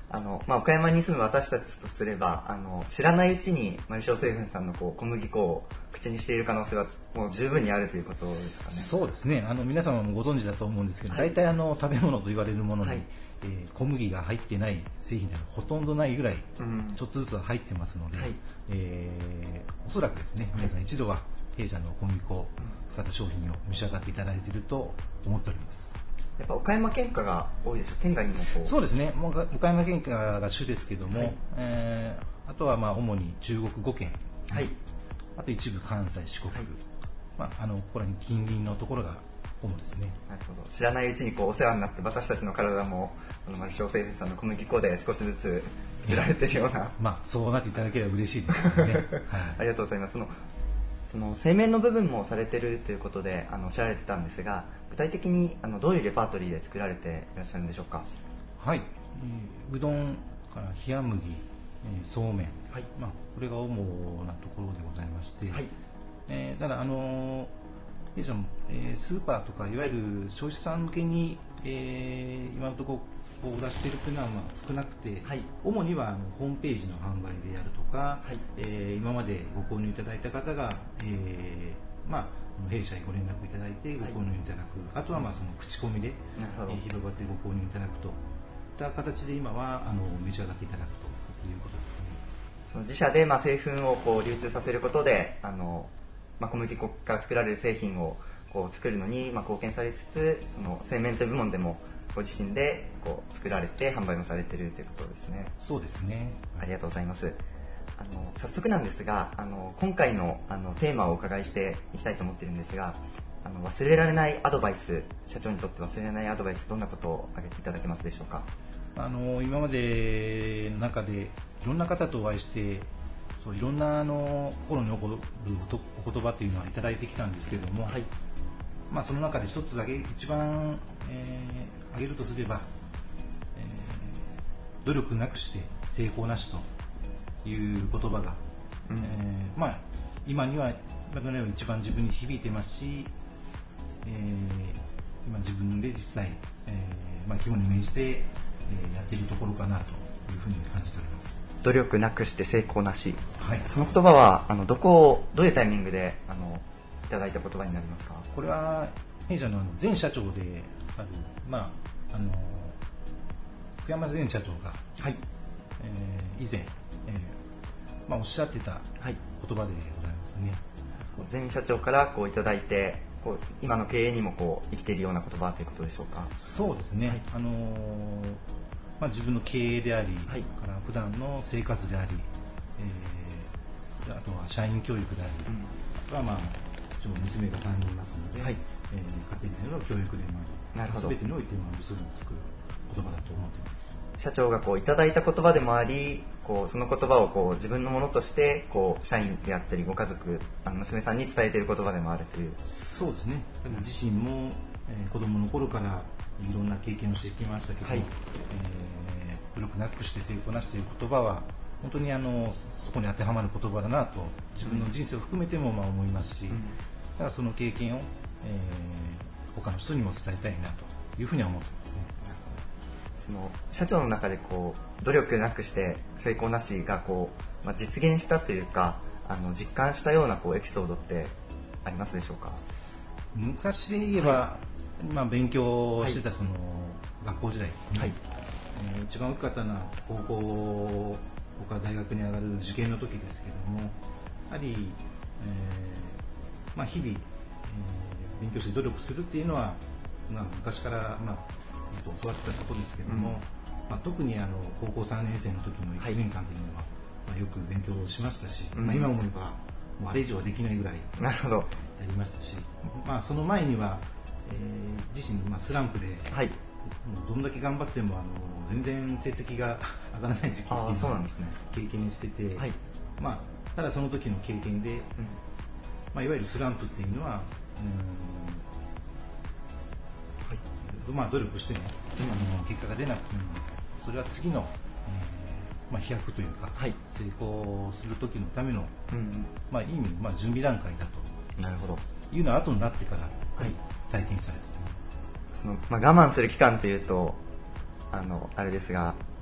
あの、まあ、岡山に住む私たちとすれば、あの知らないうちにマルショー製粉さんのこう小麦粉を口にしている可能性はもう十分にあるということですかね。 そうですね。あの皆様もご存知だと思うんですけど、はい、大体あの食べ物と言われるものに、はい、えー、小麦が入ってない製品ではほとんどないぐらい、うん、ちょっとずつは入ってますので、はい、えー、おそらくですね、皆さん一度は弊社の小麦粉を使った商品を召し上がっていただいていると思っております。 やっぱ岡山県下が多いでしょう。県外にもこう。 そうですね。もう岡山県下が主ですけども、はい、えー、あとはまあ主に中国ご県、はい、あと一部関西四国、はい、まあ、あのここらに近隣のところが主ですね。 なるほど。知らないうちにこうお世話になって私たちの体もあのマルショー製粉さんの小麦粉で少しずつ作られているような。 まあそうなっていただければ嬉しいですね。はい、 ありがとうございます。そのその製麺の部分もされているということであのおっしゃられてたんですが、具体的にあのどういうレパートリーで作られていらっしゃるんでしょうか。 はい、えー、うどんから冷麦、えー、そうめん、はい、まあ、これが主なところでございまして、はい、えー、ただあのー弊社の、えー、スーパーとかいわゆる消費者さん向けに、えー、今のところを出しているというのはまあ少なくて、はい、主にはあのホームページの販売であるとか、はい、えー、今までご購入いただいた方が、えーまあ、弊社にご連絡いただいてご購入いただく、はい、あとはまあその口コミで、えー、広がってご購入いただくといった形で今はあの召し上がっていただくということですね。 その自社でまあ製粉をこう流通させることであのまあ、小麦粉から作られる製品をこう作るのにまあ貢献されつつ、その製麺という部門でもご自身でこう作られて販売もされているということですね。 そうですね。 ありがとうございます。あの早速なんですが、あの今回 の, あのテーマをお伺いしていきたいと思っているんですが、あの忘れられないアドバイス、社長にとって忘れられないアドバイス、どんなことを挙げていただけますでしょうか。 あの今までの中でいろんな方とお会いしてそういろんなあの心に残るお言葉というのはいただいてきたんですけれども、はい、まあ、その中で一つだけ一番、えー、挙げるとすれば、えー、努力なくして成功なしという言葉が、うん、えーまあ、今には今のように一番自分に響いてますし、えー、今自分で実際、えーまあ、肝に銘じて、えー、やっているところかなというふうに感じております。 努力なくして成功なし、はい、その言葉はあのどこをどういうタイミングであのいただいた言葉になりますか。 これは弊社の前社長である、まあ、あの福山前社長が、はい、えー、以前、えーまあ、おっしゃってた言葉でございますね。 はい、前社長からこういただいてこう今の経営にもこう生きているような言葉ということでしょうか。 そうですね、はい、あのーまあ、自分の経営であり、はい、から普段の生活であり、えー、あとは社員教育であり、うん、あとは、まあ、娘がさんにんいますので、はい、えー、家庭内の教育でもあり、全てにおいて結びつく言葉だと思っています。 社長がこういただいた言葉でもあり、こうその言葉をこう自分のものとしてこう社員であったりご家族、あの娘さんに伝えている言葉でもあるという。 そうですね。自身も、えー、子供の頃からいろんな経験をしてきましたけど、はい、えー、努力なくして成功なしという言葉は本当にあのそこに当てはまる言葉だなと自分の人生を含めてもまあ思いますし、うん、ただその経験を、えー、他の人にも伝えたいなというふうには思ってますね。 その社長の中でこう努力なくして成功なしがこう、まあ、実現したというかあの実感したようなこうエピソードってありますでしょうか。 昔で言えば、はい、まあ、勉強してたその、はい、学校時代ですね、はい、えー、一番大きかったのは高校から大学に上がる受験の時ですけども、やはり、えーまあ、日々、えー、勉強して努力するっていうのは、まあ、昔から、まあ、ずっと教わってたところですけども、うん、まあ、特にあの高校さんねん生の時のいちねんかんというのは、はい、まあ、よく勉強しましたし、うん、まあ、今思えばもうあれ以上はできないぐらいやりましたし、まあ、その前には、えー、自身、まあ、スランプで、はい、もうどんだけ頑張ってもあの全然成績が上がらない時期っていうのを経験してて、はい、まあ、ただその時の経験で、うん、まあ、いわゆるスランプっていうのは、うん、はい、まあ、努力しても、うん、あの結果が出なくてもそれは次の、えーまあ、飛躍というか、はい、成功する時のための、うん、まあ、いい意味、まあ、準備段階だとなるほどいうのは後になってから、はい、体験されてその、まあ、我慢する期間というとあのあれですが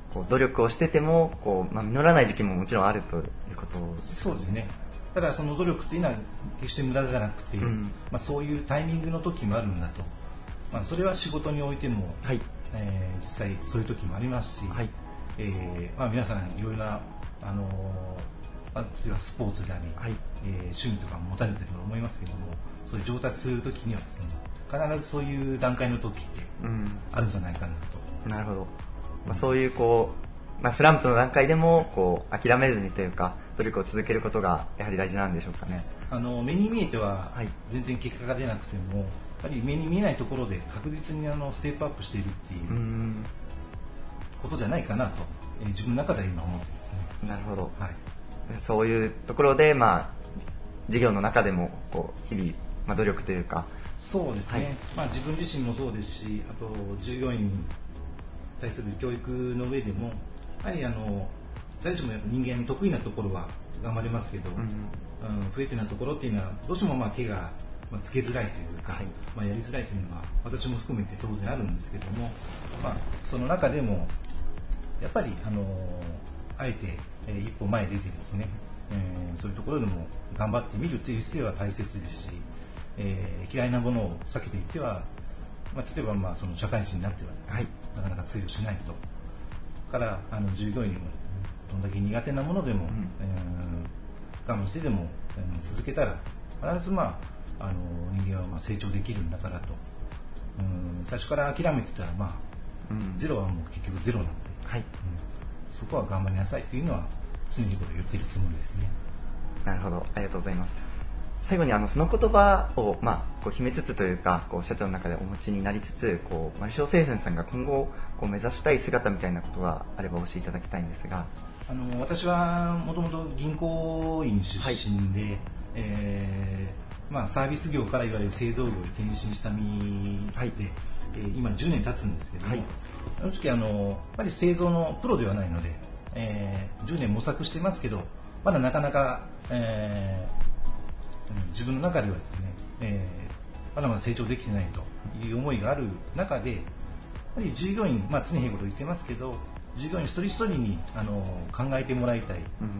こう努力をしててもこう、まあ、実らない時期ももちろんあるということですそうですね。ただその努力っていうのは決して無駄じゃなくて、うん、まあ、そういうタイミングの時もあるんだと、まあ、それは仕事においても、はい、えー、実際そういう時もありますし、はい、えーまあ、皆さんいろいろな、あのー、例えばスポーツであり、はい、えー、趣味とかも持たれていると思いますけども、そういう上達する時にはですね、必ずそういう段階の時ってあるんじゃないかなと、 うん、なるほど、まあ、そういうこう、まあ、スランプの段階でもこう諦めずにというか努力を続けることがやはり大事なんでしょうかね。 あの目に見えては全然結果が出なくても、やっぱり目に見えないところで確実にあのステップアップしているっていうことじゃないかなと、えー、自分の中では今思ってますね。 なるほど、はい、そういうところで、まあ、事業の中でもこう日々、まあ、努力というか。 そうですね、はい、まあ、自分自身もそうですし、あと従業員に対する教育の上でもやはりあの誰しもやっぱ人間得意なところは頑張れますけど、うんうん、不得手なところっていうのはどうしてもまあ手がつけづらいというか、はい、まあ、やりづらいというのは私も含めて当然あるんですけども、まあ、その中でもやっぱりあのあえて、えー、一歩前に出てですね、えー、そういうところでも頑張ってみるという姿勢は大切ですし、えー、嫌いなものを避けていっては、まあ、例えばまあその社会人になっては、ね、はい、なかなか通用しないと。からあの従業員にも、ね、どんだけ苦手なものでも、うん、えー、我慢してでも、えー、続けたら必ず、まあ、あの人間はまあ成長できるんだからと、うん、最初から諦めてたら、まあうん、ゼロはもう結局ゼロなので、はい、うん、そこは頑張りなさいというのは常にこれ言っているつもりですね。 なるほど、ありがとうございます。最後にあのその言葉を、まあ、こう秘めつつというかこう社長の中でお持ちになりつつこうマルショー製粉さんが今後こう目指したい姿みたいなことがあればお教えいただきたいんですが。 あの私はもともと銀行員出身で、はい、えーまあ、サービス業からいわゆる製造業に転身した身で、はい、えー、今じゅうねん経つんですけども、はい、正直あのやっぱり製造のプロではないので、えー、じゅうねん模索してますけどまだなかなか、えー自分の中ではですね、えー、まだまだ成長できてないという思いがある中で、やはり従業員、まあ、常日頃言ってますけど、従業員一人一人にあの考えてもらいたい、うん、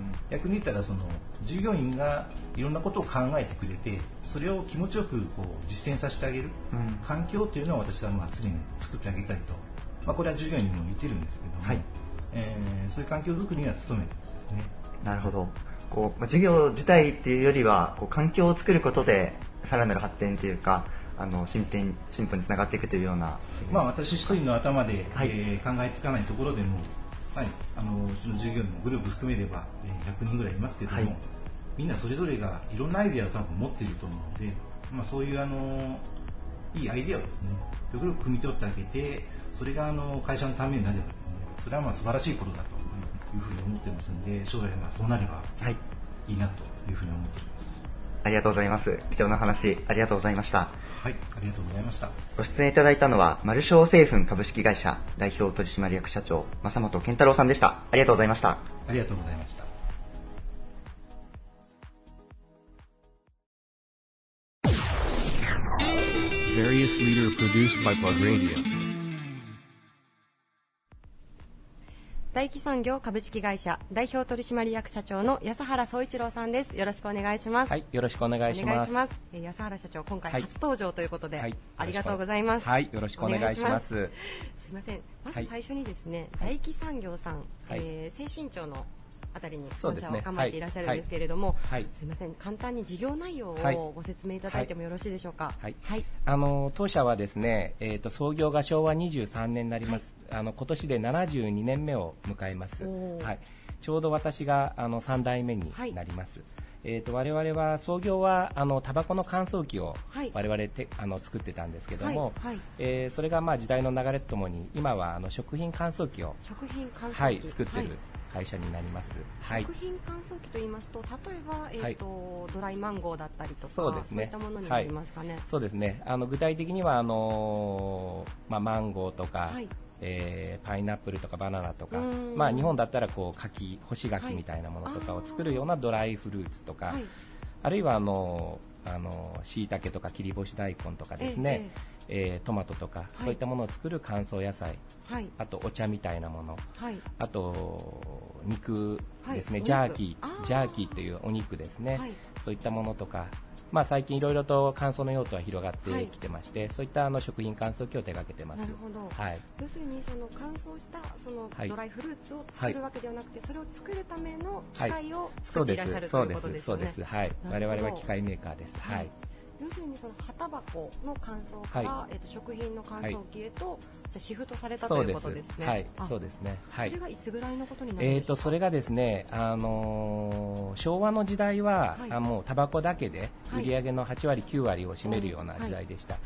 逆に言ったらその従業員がいろんなことを考えてくれて、それを気持ちよくこう実践させてあげる、うん、環境というのを私はまあ常に作ってあげたいと、まあ、これは従業員にも言ってるんですけども、はい、えー、そういう環境づくりには努めてですね。 なるほど。こう事業自体っていうよりはこう環境を作ることでさらなる発展というかあの進展進歩につながっていくというような、 まあ、私一人の頭で、はい、えー、考えつかないところでも、はい、あのうちの従業員もグループ含めれば、えー、ひゃくにんぐらいいますけども、はい、みんなそれぞれがいろんなアイデアを多分持っていると思うので、まあ、そういうあのいいアイデアをですねよくよく汲み取ってあげて、それがあの会社のためになればですね、それはまあ素晴らしいことだというふうに思ってますので、将来はそうなればいいなというふうに思っています。 ありがとうございます。貴重な話ありがとうございました。 はい、ありがとうございました。 ご出演いただいたのはマルショー製粉株式会社代表取締役社長正本健太郎さんでした。ありがとうございました。 ありがとうございました。 Various leader produced by Plug Radio。 大気産業株式会社代表取締役社長の安原総一郎さんです。よろしくお願いします。 はい、よろしくお願いします。お願いします。 えー、安原社長、今回初登場ということで、はい、ありがとうございます。 はい、よろしくお願いします。 すいません。まず最初にですね、はい、大気産業さん、はい、えー、西新町のあたりに本社を構えていらっしゃるんですけれども、はいはい、すいません、簡単に事業内容をご説明いただいてもよろしいでしょうか。 はいはい、あの当社はですね、えーと、創業がしょうわにじゅうさんねんになります。はい、あの今年でななじゅうにねんめを迎えます。はい、ちょうど私があのさんだいめになります。はい、えー、と我々は創業はあのタバコの乾燥機を我々て、はい、あの作ってたんですけども、はいはい、えー、それがまあ時代の流れとともに今はあの食品乾燥機を食品乾燥機、 はい、作ってる会社になります。 はい、食品乾燥機といいますと、例えば、えーとはい、ドライマンゴーだったりとか、 そうですね、 そういったものになりますかね。 はい、そうですね、あの具体的にはあの、まあ、マンゴーとか、はい、えー、パイナップルとかバナナとか、まあ、日本だったらこう柿、干し柿みたいなものとかを作るようなドライフルーツとか、はい、あるいはあのあの椎茸とか切り干し大根とかですね、 えー、トマトとか、はい、そういったものを作る乾燥野菜、はい、あとお茶みたいなもの、はい、あと肉ですね、はい、ジャーキージャーキーというお肉ですね、はい、そういったものとか、まあ、最近いろいろと乾燥の用途は広がってきてまして、はい、そういったあの食品乾燥機を手掛けてます。 なるほど、はい、要するにその乾燥したそのドライフルーツを作るわけではなくて、はい、それを作るための機械を作っていらっしゃる、はい、ということですね。 そうです、そうです、はい、我々は機械メーカーです。はい、はい、 要するにその旗箱の乾燥から、はい、えー、と食品の乾燥機へと、はい、じゃシフトされたということですね。 はい、そうですね。はい、 それがいつぐらいのことになるんですか。 えー、とそれがですね、あのー、昭和の時代は、はい、あもうタバコだけで売り上げのはちわりきゅうわりを占めるような時代でした。はい、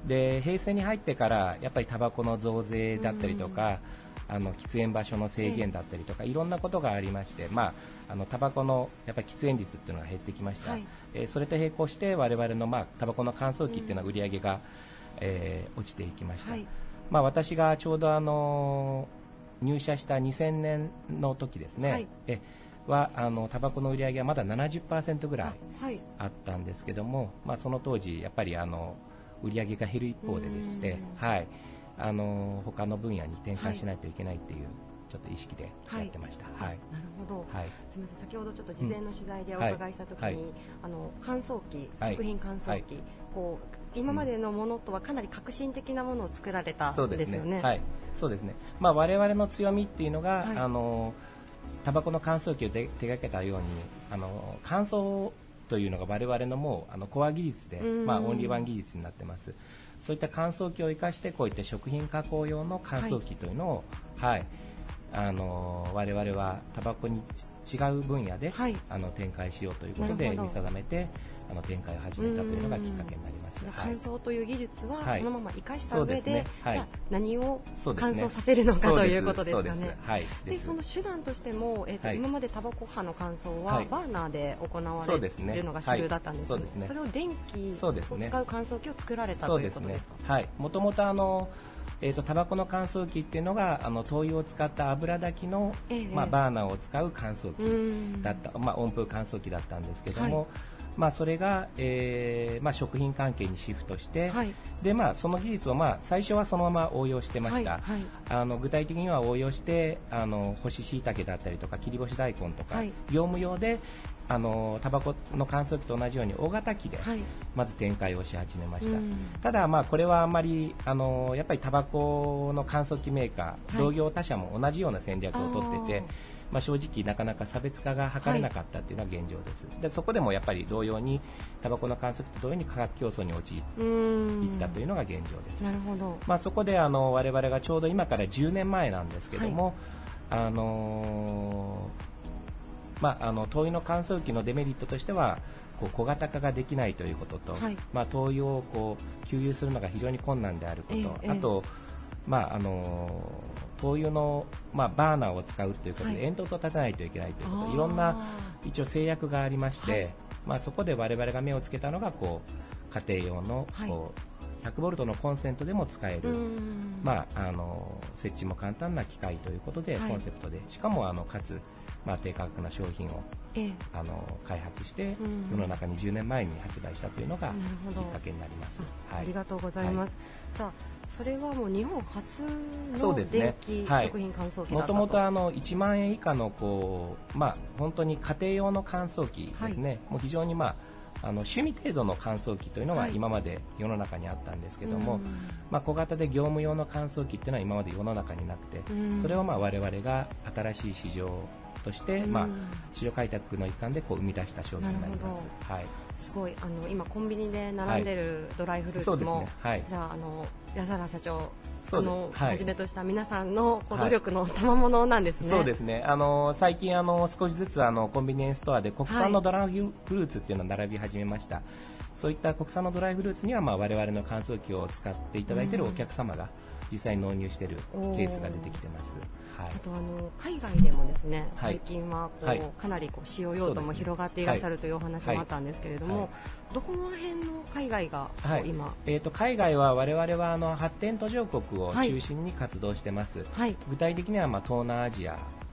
で平成に入ってからやっぱりタバコの増税だったりとか、あの喫煙場所の制限だったりとか、いろんなことがありまして、まあ、あのタバコのやっぱり喫煙率っていうのが減ってきました。はい、えー、それと並行して我々の、まあ、タバコの乾燥機っていうのは売り上げが、えー、落ちていきました。はい、まあ、私がちょうどあの入社したにせんねんの時ですね、はい、えはあのタバコの売り上げはまだ ななじゅっパーセント ぐらいあったんですけども、まあ、その当時やっぱりあの売り上げが減る一方ででして、はい、あの他の分野に転換しないといけないっていう、はい、ちょっと意識でやってました。はいはい、 なるほど。はい、すみません、先ほどちょっと事前の取材でお伺いしたときに、うんはい、あの乾燥機、食品乾燥機、はい、こう今までのものとはかなり革新的なものを作られたんですよね。 はい、そうですね。まあ、我々の強みっていうのが、はい、あのタバコの乾燥機を手掛けたように、あの乾燥というのが我々のもうあのコア技術で、まあ、オンリーワン技術になってます。そういった乾燥機を生かしてこういった食品加工用の乾燥機というのを、はいはい、あの我々はタバコに違う分野で、はい、あの展開しようということで見定めてあの展開を始めたというのがきっかけになります。 乾燥という技術はそのまま生かした上で、はい、でね、はい、じゃあ何を乾燥させるのかということですかね。はい、でその手段としても、えーとはい、今までタバコ派の乾燥はバーナーで行われているのが主流だったんですけど、それを電気を使う乾燥機を作られたということですか。 はい、もともとあのえーと、タバコの乾燥機っていうのがあの灯油を使った油炊きの、えーまあ、バーナーを使う乾燥機だった、まあ、温風乾燥機だったんですけども、はい、まあ、それが、えーまあ、食品関係にシフトして、はい、でまあ、その技術を、まあ、最初はそのまま応用してました。はいはい、あの具体的には応用してあの干し椎茸だったりとか切り干し大根とか、はい、業務用であのタバコの乾燥機と同じように大型機でまず展開をし始めました。はい、ただ、まあ、これはあんまりあのやっぱりタバコの乾燥機メーカー、はい、同業他社も同じような戦略を取ってて、まあ、正直なかなか差別化が図れなかったというのが現状です。はい、でそこでもやっぱり同様にタバコの乾燥機と同様に価格競争に陥ったというのが現状です。 なるほど。 まあ、そこであの我々がちょうど今からじゅうねんまえなんですけども、はい、あのーまあ、あの灯油の乾燥機のデメリットとしてはこう小型化ができないということと、はい、まあ、灯油をこう給油するのが非常に困難であること、えー、あと、まあ、あの灯油の、まあ、バーナーを使うということで煙突を立てないといけないということ、はい、いろんな一応制約がありまして、はい、まあ、そこで我々が目をつけたのがこう家庭用のこうひゃくボルトのコンセントでも使える、まあ、あの設置も簡単な機械ということで、はい、コンセプトでしかもあのかつまあ、低価格な商品を、ええ、あの開発して世の中にじゅうねんまえに発売したというのがきっかけになります。 あ、はい、ありがとうございます。はい、じゃあそれはもう日本初の電気食品乾燥機だったと。 もともといちまんえん以下のこう、まあ、本当に家庭用の乾燥機ですね、はい、もう非常に、まあ、あの趣味程度の乾燥機というのが今まで世の中にあったんですけども、はい、まあ、小型で業務用の乾燥機っていうのは今まで世の中になくて、それをまあ我々が新しい市場として、まあ、市場開拓の一環でこう生み出した商品になります。はい、 すごいあの今コンビニで並んでるドライフルーツも、はい、そうですね、はい、じゃあ、あの矢原社長あの、はい、はじめとした皆さんのこう努力の賜物なんですね。 そうですね。あの最近あの少しずつあのコンビニエンスストアで国産のドライフルーツっていうのを並び始めました。はい、そういった国産のドライフルーツには、まあ、我々の乾燥機を使っていただいているお客様が実際に納入しているケースが出てきてます。はい、 あとあの海外でもですね、最近はこう、はい、かなりこう使用用途も広がっていらっしゃるというお話もあったんですけれども、はいはい、どこの辺の海外が今、はい、 えーと、海外は我々はあの発展途上国を中心に活動してます。はい、具体的には、まあ、東南アジア、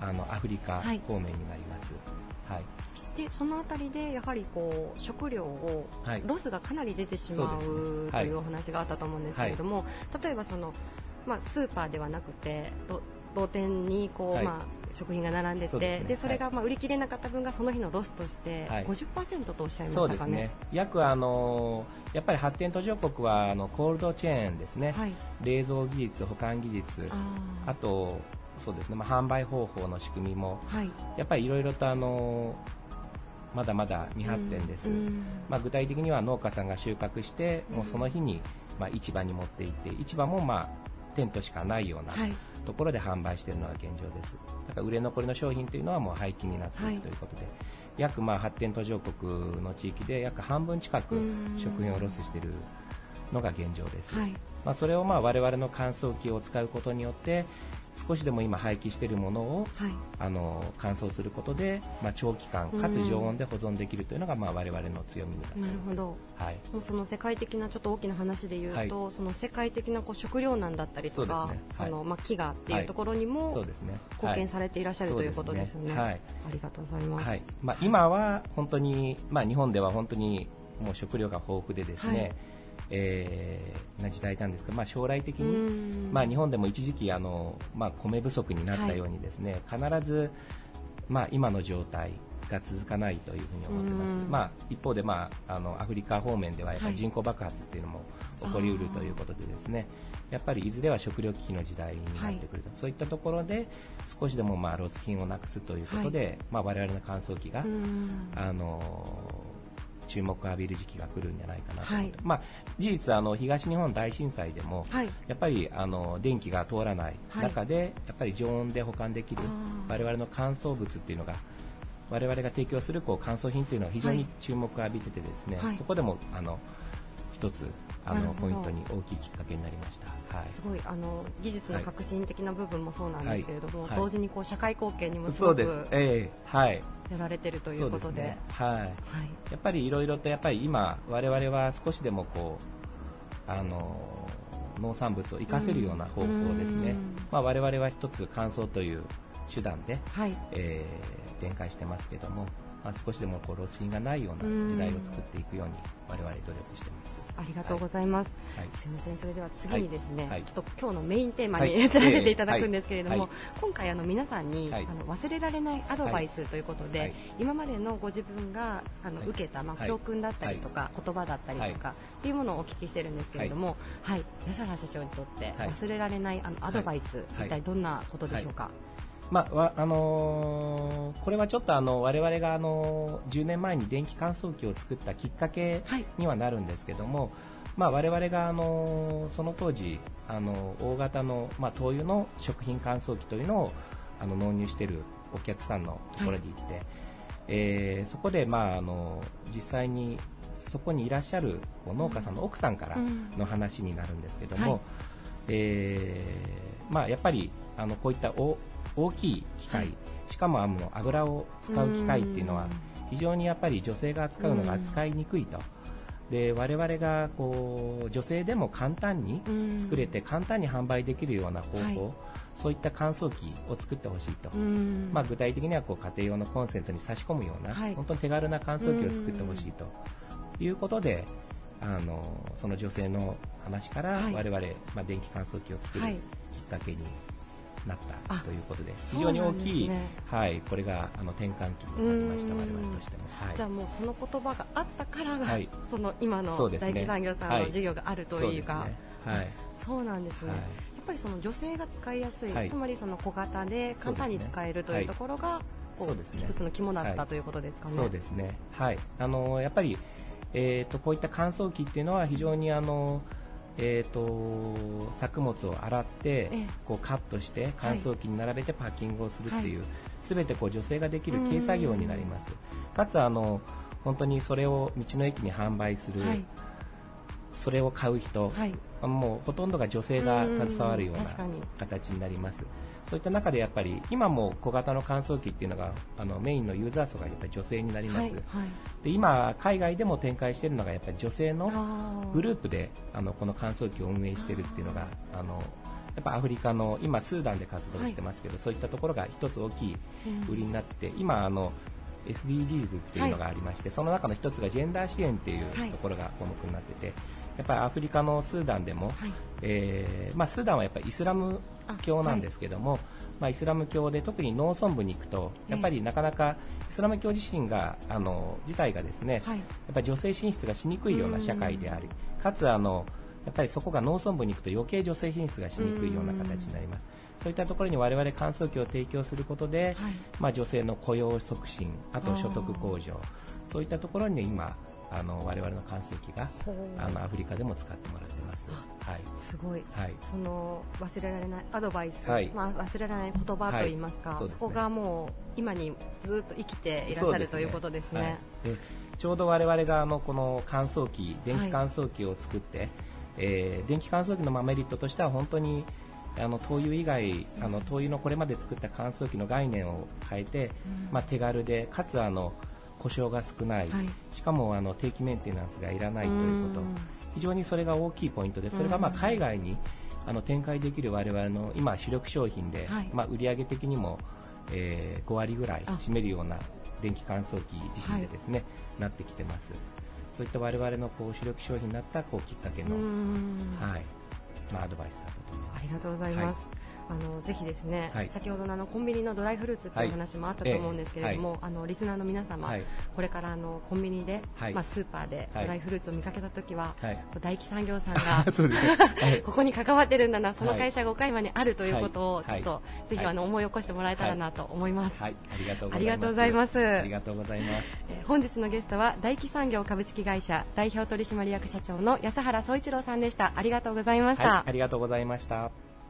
あのアフリカ方面になります。はい。 でそのあたりでやはりこう食料を、はい、ロスがかなり出てしまう、ね、というお話があったと思うんですけれども、はい、例えばその、まあ、スーパーではなくて露店にこう、はい、まあ、食品が並んでて、そで、ね、でそれがまあ売り切れなかった分がその日のロスとして ごじゅっパーセント とおっしゃいましたかね。 そうですね。約あのやっぱり発展途上国はあのコールドチェーンですね、はい、冷蔵技術、保管技術、 あ, あとそうですね、まあ、販売方法の仕組みも、はい、やっぱりいろいろとあのまだまだ未発展です。うんうん、まあ、具体的には農家さんが収穫して、うん、もうその日にまあ市場に持って行って、市場もまあテントしかないようなところで販売しているのが現状です。だから売れ残りの商品というのはもう廃棄になっていくということで、はい、約まあ発展途上国の地域で約半分近く食品をロスしているのが現状です。はい、まあ、それをまあ我々の乾燥機を使うことによって少しでも今廃棄しているものを、はい、あの乾燥することで、まあ、長期間かつ常温で保存できるというのが、まあ、我々の強みになっています。 なるほど、はい、もうその世界的なちょっと大きな話で言うと、はい、その世界的なこう食糧難だったりとか、そのまあ飢餓っていうところにも、はい、貢献されていらっしゃる、はい、ということですね。はい、ありがとうございます。はい、まあ、 今は本当に、まあ、日本では本当にもう食料が豊富でですね、はい、えー、な時代なんですが、まあ、将来的に、まあ、日本でも一時期あの、まあ、米不足になったようにですね、はい、必ず、まあ、今の状態が続かないというふうに思ってます。まあ、一方で、まあ、あのアフリカ方面ではやっぱり人口爆発っていうのも起こりうるということでですね、やっぱりいずれは食料危機の時代になってくると、はい、そういったところで少しでもまあロス品をなくすということで、はい、まあ、我々の乾燥機があの注目を浴びる時期が来るんじゃないかなと思って、はい、まあ、事実あの東日本大震災でも、はい、やっぱりあの電気が通らない中で、はい、やっぱり常温で保管できる我々の乾燥物っていうのが我々が提供するこう乾燥品というのは非常に注目を浴びててですね、はい、そこでもあの一つあのポイントに大きいきっかけになりました。はい、すごいあの技術の革新的な部分もそうなんですけれども、はい、同時にこう社会貢献にもすごくそうです、えーはい、やられているということで、 ね、はいはい、やっぱりいろいろとやっぱり今我々は少しでもこうあの農産物を生かせるような方法ですね。まあ、我々は一つ乾燥という手段で、はい、えー、展開してますけども、まあ、少しでもこうロス品がないような時代を作っていくように我々努力しています。 ありがとうございます。はい、すみません。それでは次にですね、はい、ちょっと今日のメインテーマに移らせていただくんですけれども、はい、今回あの皆さんに、はい、あの忘れられないアドバイスということで、はい、今までのご自分があの、はい、受けた、まあ、教訓だったりとか、はい、言葉だったりとか、はい、っていうものをお聞きしてるんですけれども、はい、安原社長にとって忘れられないあのアドバイス、はい、一体どんなことでしょうか。はい、 まああのー、これはちょっとあの我々があのじゅうねんまえに電気乾燥機を作ったきっかけにはなるんですけども、はい、まあ、我々があのその当時あの大型の、まあ、灯油の食品乾燥機というのをあの納入しているお客さんのところに行って、はい、えー、そこで、まあ、あの実際にそこにいらっしゃるこう農家さんの奥さんからの話になるんですけども、はい、えーまあ、やっぱりあのこういった大大きい機械、はい、しかもあの油を使う機械っていうのは非常にやっぱり女性が扱うのが扱いにくいと。で我々がこう女性でも簡単に作れて簡単に販売できるような方法、はい、そういった乾燥機を作ってほしいと、まあ、具体的にはこう家庭用のコンセントに差し込むような、はい、本当に手軽な乾燥機を作ってほしいということで、あのその女性の話から我々、はい、まあ、電気乾燥機を作るきっかけになったということで、非常に大きい、ね、はい、これがあの転換期になりました、我々としても。はい、 じゃあもうその言葉があったからが、はい、その今の第一産業さんの授業があるというか、はい、そうなんですね。はい、やっぱりその女性が使いやすい、はい、つまりその小型で簡単に使えるというところが、こうそうですね、一つの肝だった、はい、ということですかね。 そうですね。はい、あのやっぱり、えーと、こういった乾燥機っていうのは非常にあのえー、と作物を洗ってこうカットして乾燥機に並べてパッキングをするっていう、はい、全てこう女性ができる軽作業になります。かつあの本当にそれを道の駅に販売する、はい、それを買う人、はい、もうほとんどが女性が携わるような形になります。そういった中でやっぱり今も小型の乾燥機っていうのがあのメインのユーザー層がやっぱり女性になります。はいはい、で今海外でも展開しているのがやっぱり女性のグループであのこの乾燥機を運営しているっていうのがあのやっぱアフリカの今スーダンで活動してますけど、はい、そういったところが一つ大きい売りになって、今あの エスディージーズ っていうのがありまして、はい、その中の一つがジェンダー支援っていうところが項目になってて、やっぱりアフリカのスーダンでも、はい、えーまあ、スーダンはやっぱりイスラム教なんですけども、はい、まあ、イスラム教で特に農村部に行くとやっぱりなかなかイスラム教自身があの自体がですね、はい、やっぱり女性進出がしにくいような社会であり、かつあのやっぱりそこが農村部に行くと余計女性進出がしにくいような形になります。そういったところに我々乾燥機を提供することで、はい、まあ、女性の雇用促進、あと所得向上、そういったところに今あの我々の乾燥機があのアフリカでも使ってもらってます。はい、 すごい、はい、その忘れられないアドバイス、はい、まあ、忘れられない言葉といいますか、はい、そうですね、そこがもう今にずっと生きていらっしゃるということですね。はい、でちょうど我々があのこの乾燥機、電気乾燥機を作って、はい、えー、電気乾燥機のメリットとしては本当にあの灯油以外、あの灯油のこれまで作った乾燥機の概念を変えて、うん、まあ、手軽でかつあの故障が少ない、はい、しかもあの定期メンテナンスがいらないということ、非常にそれが大きいポイントで、それがまあ海外にあの展開できる我々の今主力商品で、はい、まあ、売上的にも、えー、ご割ぐらい占めるような電気乾燥機自身でですね、はい、なってきてます。そういった我々のこう主力商品になったこうきっかけの、はい、まあ、アドバイスだったと思います。 ありがとうございます。はい、あのぜひですね、はい、先ほどのあのコンビニのドライフルーツという話もあったと思うんですけれども、はい、あのリスナーの皆様、はい、これからあのコンビニで、はい、まあ、スーパーでドライフルーツを見かけたときは、はい、大気産業さんがここに関わってるんだな、その会社が岡山にあるということをちょっと、はい、ぜひあの思い起こしてもらえたらなと思います。 はい、ありがとうございます。 ありがとうございます。 えー、本日のゲストは大気産業株式会社代表取締役社長の安原総一郎さんでした。ありがとうございました。 はい、ありがとうございました。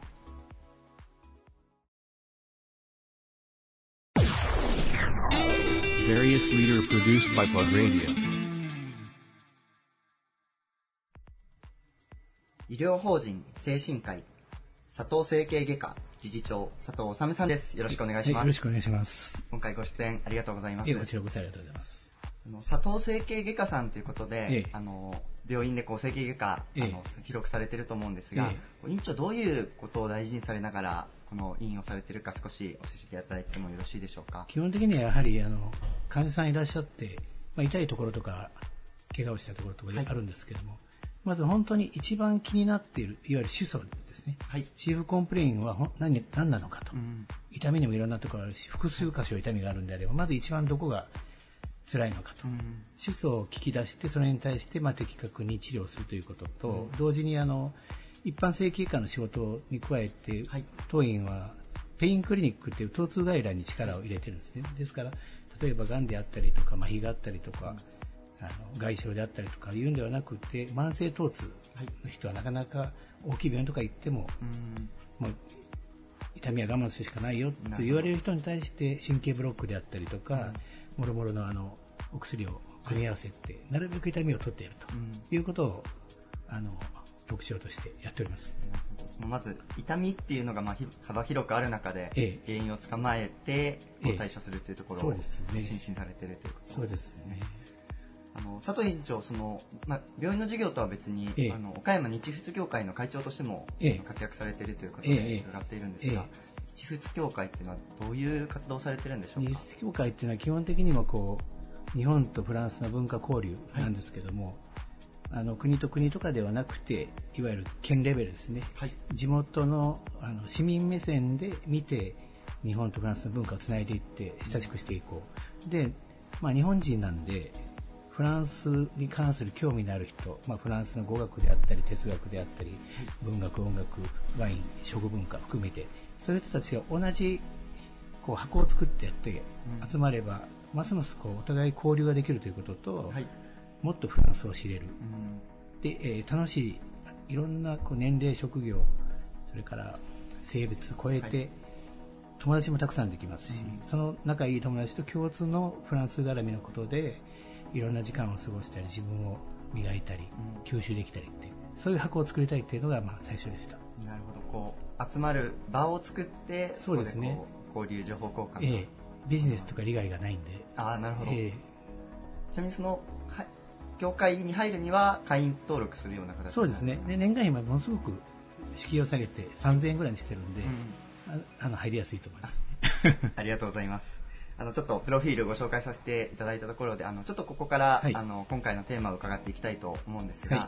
Various leader produced by Pod Radio. 医療法人精神科医佐藤整形外科理事長佐藤治さんです。よろしくお願いします。 よろしくお願いします。 今回ご出演ありがとうございます。 こちらこそありがとうございます。 あの佐藤整形外科さんということで、ええ、あの病院でこう整形外科、ええ、あの広くされていると思うんですが、ええ、院長どういうことを大事にされながらこの院をされているか少し教えていただいてもよろしいでしょうか。 基本的にはやはりあの患者さんいらっしゃって、まあ、痛いところとか怪我をしたところとかあるんですけども、はい、まず本当に一番気になっているいわゆる主訴ですね、はい、チーフコンプレインは 何, 何なのかと、うん、痛みにもいろんなところあるし複数箇所痛みがあるんであればまず一番どこが辛いのかと、うん、主訴を聞き出してそれに対してまあ的確に治療するということと、うん、同時にあの一般整形外科の仕事に加えて、はい、当院はペインクリニックという疼痛外来に力を入れてるんですね。ですから例えばがんであったりとか麻痺があったりとか、うん、あの外傷であったりとかいうんではなくて慢性疼痛の人はなかなか大きい病院とか行っても、うん、もう痛みは我慢するしかないよと言われる人に対して神経ブロックであったりとかもろもろのあのお薬を組み合わせて、はい、なるべく痛みを取ってやるということを、うん、あの特徴としてやっております。 まず痛みっていうのがまあ幅広くある中で、ええ、原因を捕まえて対処するというところを心身されているということですね。 そうですね。 あの佐藤院長その、まあ、病院の事業とは別に、ええ、あの岡山日仏協会の会長としても、ええ、活躍されているということで伺っているんですが、ええ、日仏協会っていうのはどういう活動をされているんでしょうか。 日仏協会っていうのは基本的にもこう日本とフランスの文化交流なんですけども、はい、あの国と国とかではなくていわゆる県レベルですね、はい、地元 の, あの市民目線で見て日本とフランスの文化をつないでいって親しくしていこう。で、まあ、日本人なんでフランスに関する興味のある人、まあ、フランスの語学であったり哲学であったり文学、音楽、ワイン、食文化含めてそういう人たちが同じこう箱を作ってやって集まれば、うん、ますますこうお互い交流ができるということと、はい、もっとフランスを知れる、うん、で、えー、楽しいいろんなこう年齢、職業それから性別超えて、はい、友達もたくさんできますし、うん、その仲いい友達と共通のフランス絡みのことでいろんな時間を過ごしたり自分を磨いたり、うん、吸収できたりってそういう箱を作りたいっていうのがまあ最初でした。 なるほど。こう集まる場を作ってそうですね、 そこでこう交流情報交換、 ええ、ビジネスとか利害がないんで。 ああ、なるほど、ええ、ちなみにその協会に入るには会員登録するような形。 そうですね。で年会費もものすごく敷居を下げてさんぜんえんぐらいにしてるんで、うん、あの入りやすいと思いますね。ありがとうございます。あのちょっとプロフィールご紹介させていただいたところで、あのちょっとここから、はい、あの今回のテーマを伺っていきたいと思うんですが、はい、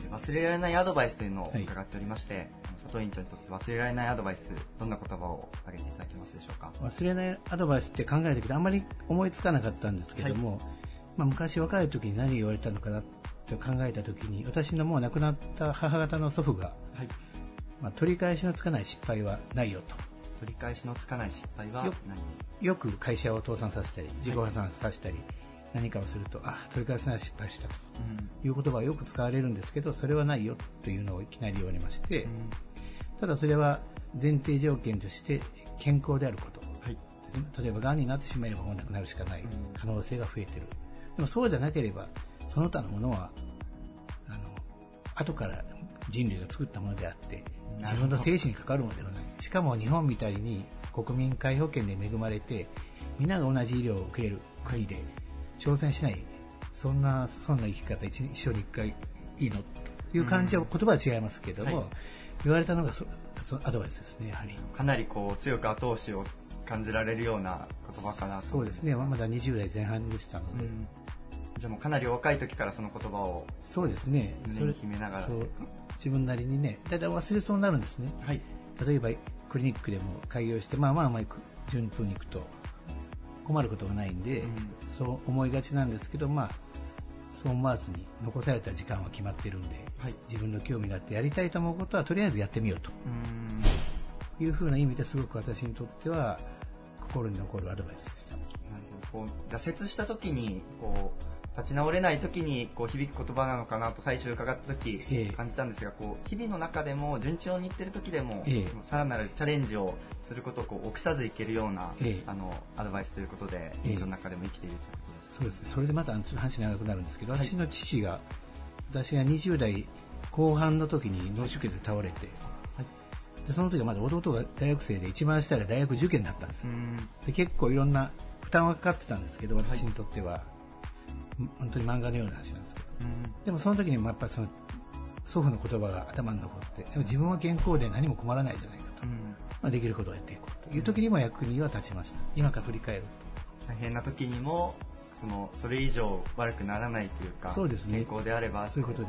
忘れられないアドバイスというのを伺っておりまして、はい、佐藤院長にとって忘れられないアドバイス、どんな言葉を挙げていただけますでしょうか。 忘れないアドバイスって考えたけどあんまり思いつかなかったんですけども、はい、まあ、昔若い時に何言われたのかなと考えた時に、私のもう亡くなった母方の祖父が、はい、まあ、取り返しのつかない失敗はないよと。 取り返しのつかない失敗はないよ。 よく会社を倒産させたり自己破産させたり、はい、何かをすると、あ、取り返せない失敗したと、うん、いう言葉がよく使われるんですけど、それはないよというのをいきなり言われまして、うん、ただそれは前提条件として健康であること、はい、例えばがんになってしまえばもう亡くなるしかない可能性が増えている、うん、でもそうじゃなければその他のものはあの後から人類が作ったものであって自分の生死に関わるものではない。しかも日本みたいに国民皆保険で恵まれてみんなが同じ医療を受けれる国で挑戦しない、そんなそんな生き方一生に一回いいのという感じは、うん、言葉は違いますけども、はい、言われたのが そ, そアドバイスですね。やはりかなりこう強く後押しを感じられるような言葉かなと。 そうですね、まだにじゅう代前半でしたので、うん、 じゃあもうかなり若い時からその言葉をそうですね、 胸に秘めながらそう自分なりにね、だいたい忘れそうになるんですね、はい、例えばクリニックでも開業してまあまあまあ順風に行くと困ることがないんで、うん、そう思いがちなんですけど、まあそう思わずに残された時間は決まっているんで、はい、自分の興味があってやりたいと思うことはとりあえずやってみようというふうな意味ですごく私にとっては心に残るアドバイスでした。なるほど。こう挫折した時にこう立ち直れない時にこう響く言葉なのかなと最初伺った時感じたんですが、こう日々の中でも順調にいってる時でも、ええ、さらなるチャレンジをすることをこう臆さずいけるような、ええ、あのアドバイスということで日常の中でも生きているということです。 そうですね。それでまたちょっと話長くなるんですけど、はい、私の父が私がにじゅう代後半の時に脳出血で倒れて、はい、でその時はまだ弟が大学生で一番下が大学受験だったんです。で結構いろんな負担はかかってたんですけど、私にとっては、はい、本当に漫画のような話なんですけど、うん、でもその時にもやっぱりその祖父の言葉が頭に残って、でも自分は健康で何も困らないじゃないかと、うん、まあ、できることをやっていこうという時にも役には立ちました。今から振り返ると大変な時にも そのそれ以上悪くならないというか、そうですね、健康であればそういうことです。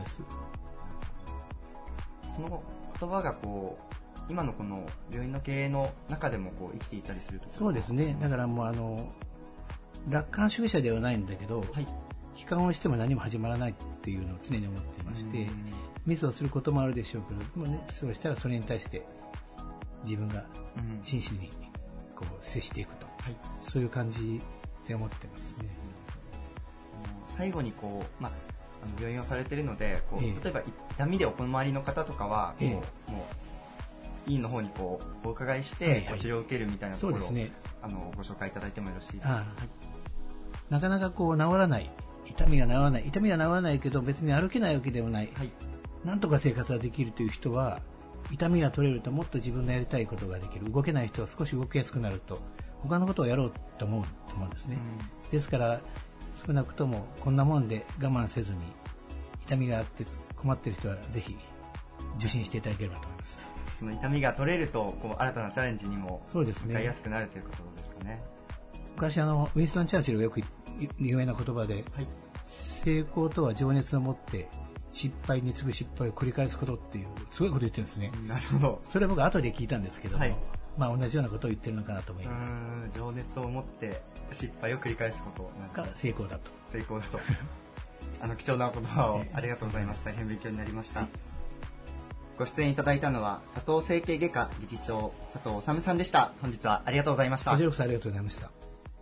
その言葉がこう今のこの病院の経営の中でもこう生きていたりするところ。 そうですね。だからもうあの楽観主義者ではないんだけど、はい、悲観をしても何も始まらないっていうのを常に思っていまして、ミスをすることもあるでしょうけど、でもね、ミスをしたらそれに対して自分が真摯にこう接していくと、はい、そういう感じで思ってますね。 最後にこう、まあ、あの病院をされているのでこう、ええ、例えば痛みでお困りの方とかはこう、ええ、もう医院の方にこうお伺いして治療を受けるみたいなところを、はいはい、あのご紹介いただいてもよろしいですか。はい、 なかなかこう治らない、痛みが治らない、痛みが治らないけど別に歩けないわけでもない、はい、なんとか生活ができるという人は、痛みが取れるともっと自分のやりたいことができる、動けない人は少し動きやすくなると他のことをやろうと思うと思うんですね、うん、ですから少なくともこんなもんで我慢せずに、痛みがあって困っている人はぜひ受診していただければと思います。 その痛みが取れるとこう新たなチャレンジにも向かいやすくなるということですかね。 昔あのウィンストン・チャーチルがよく有名な言葉で、はい、成功とは情熱を持って失敗に次ぐ失敗を繰り返すことっていうすごいこと言ってるんですね。 なるほど。 それは僕後で聞いたんですけども、はい、まあ、同じようなことを言ってるのかなと思います。うーん、情熱を持って失敗を繰り返すことが成功だと。 成功だとあの貴重な言葉をありがとうございます。大変勉強になりました。はい、ご出演いただいたのは佐藤整形外科理事長佐藤治さんでした。本日はありがとうございました。 こちらこそありがとうございました。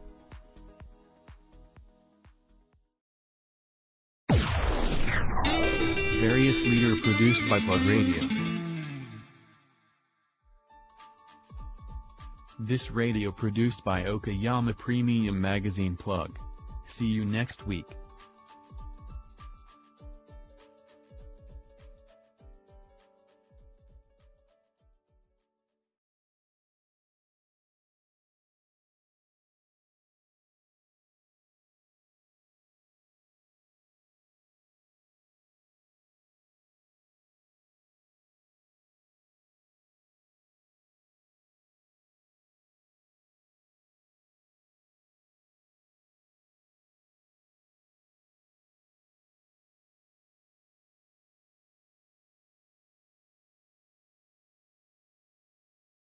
Various leader produced by Plug Radio. This radio produced by Okayama Premium Magazine Plug. See you next week.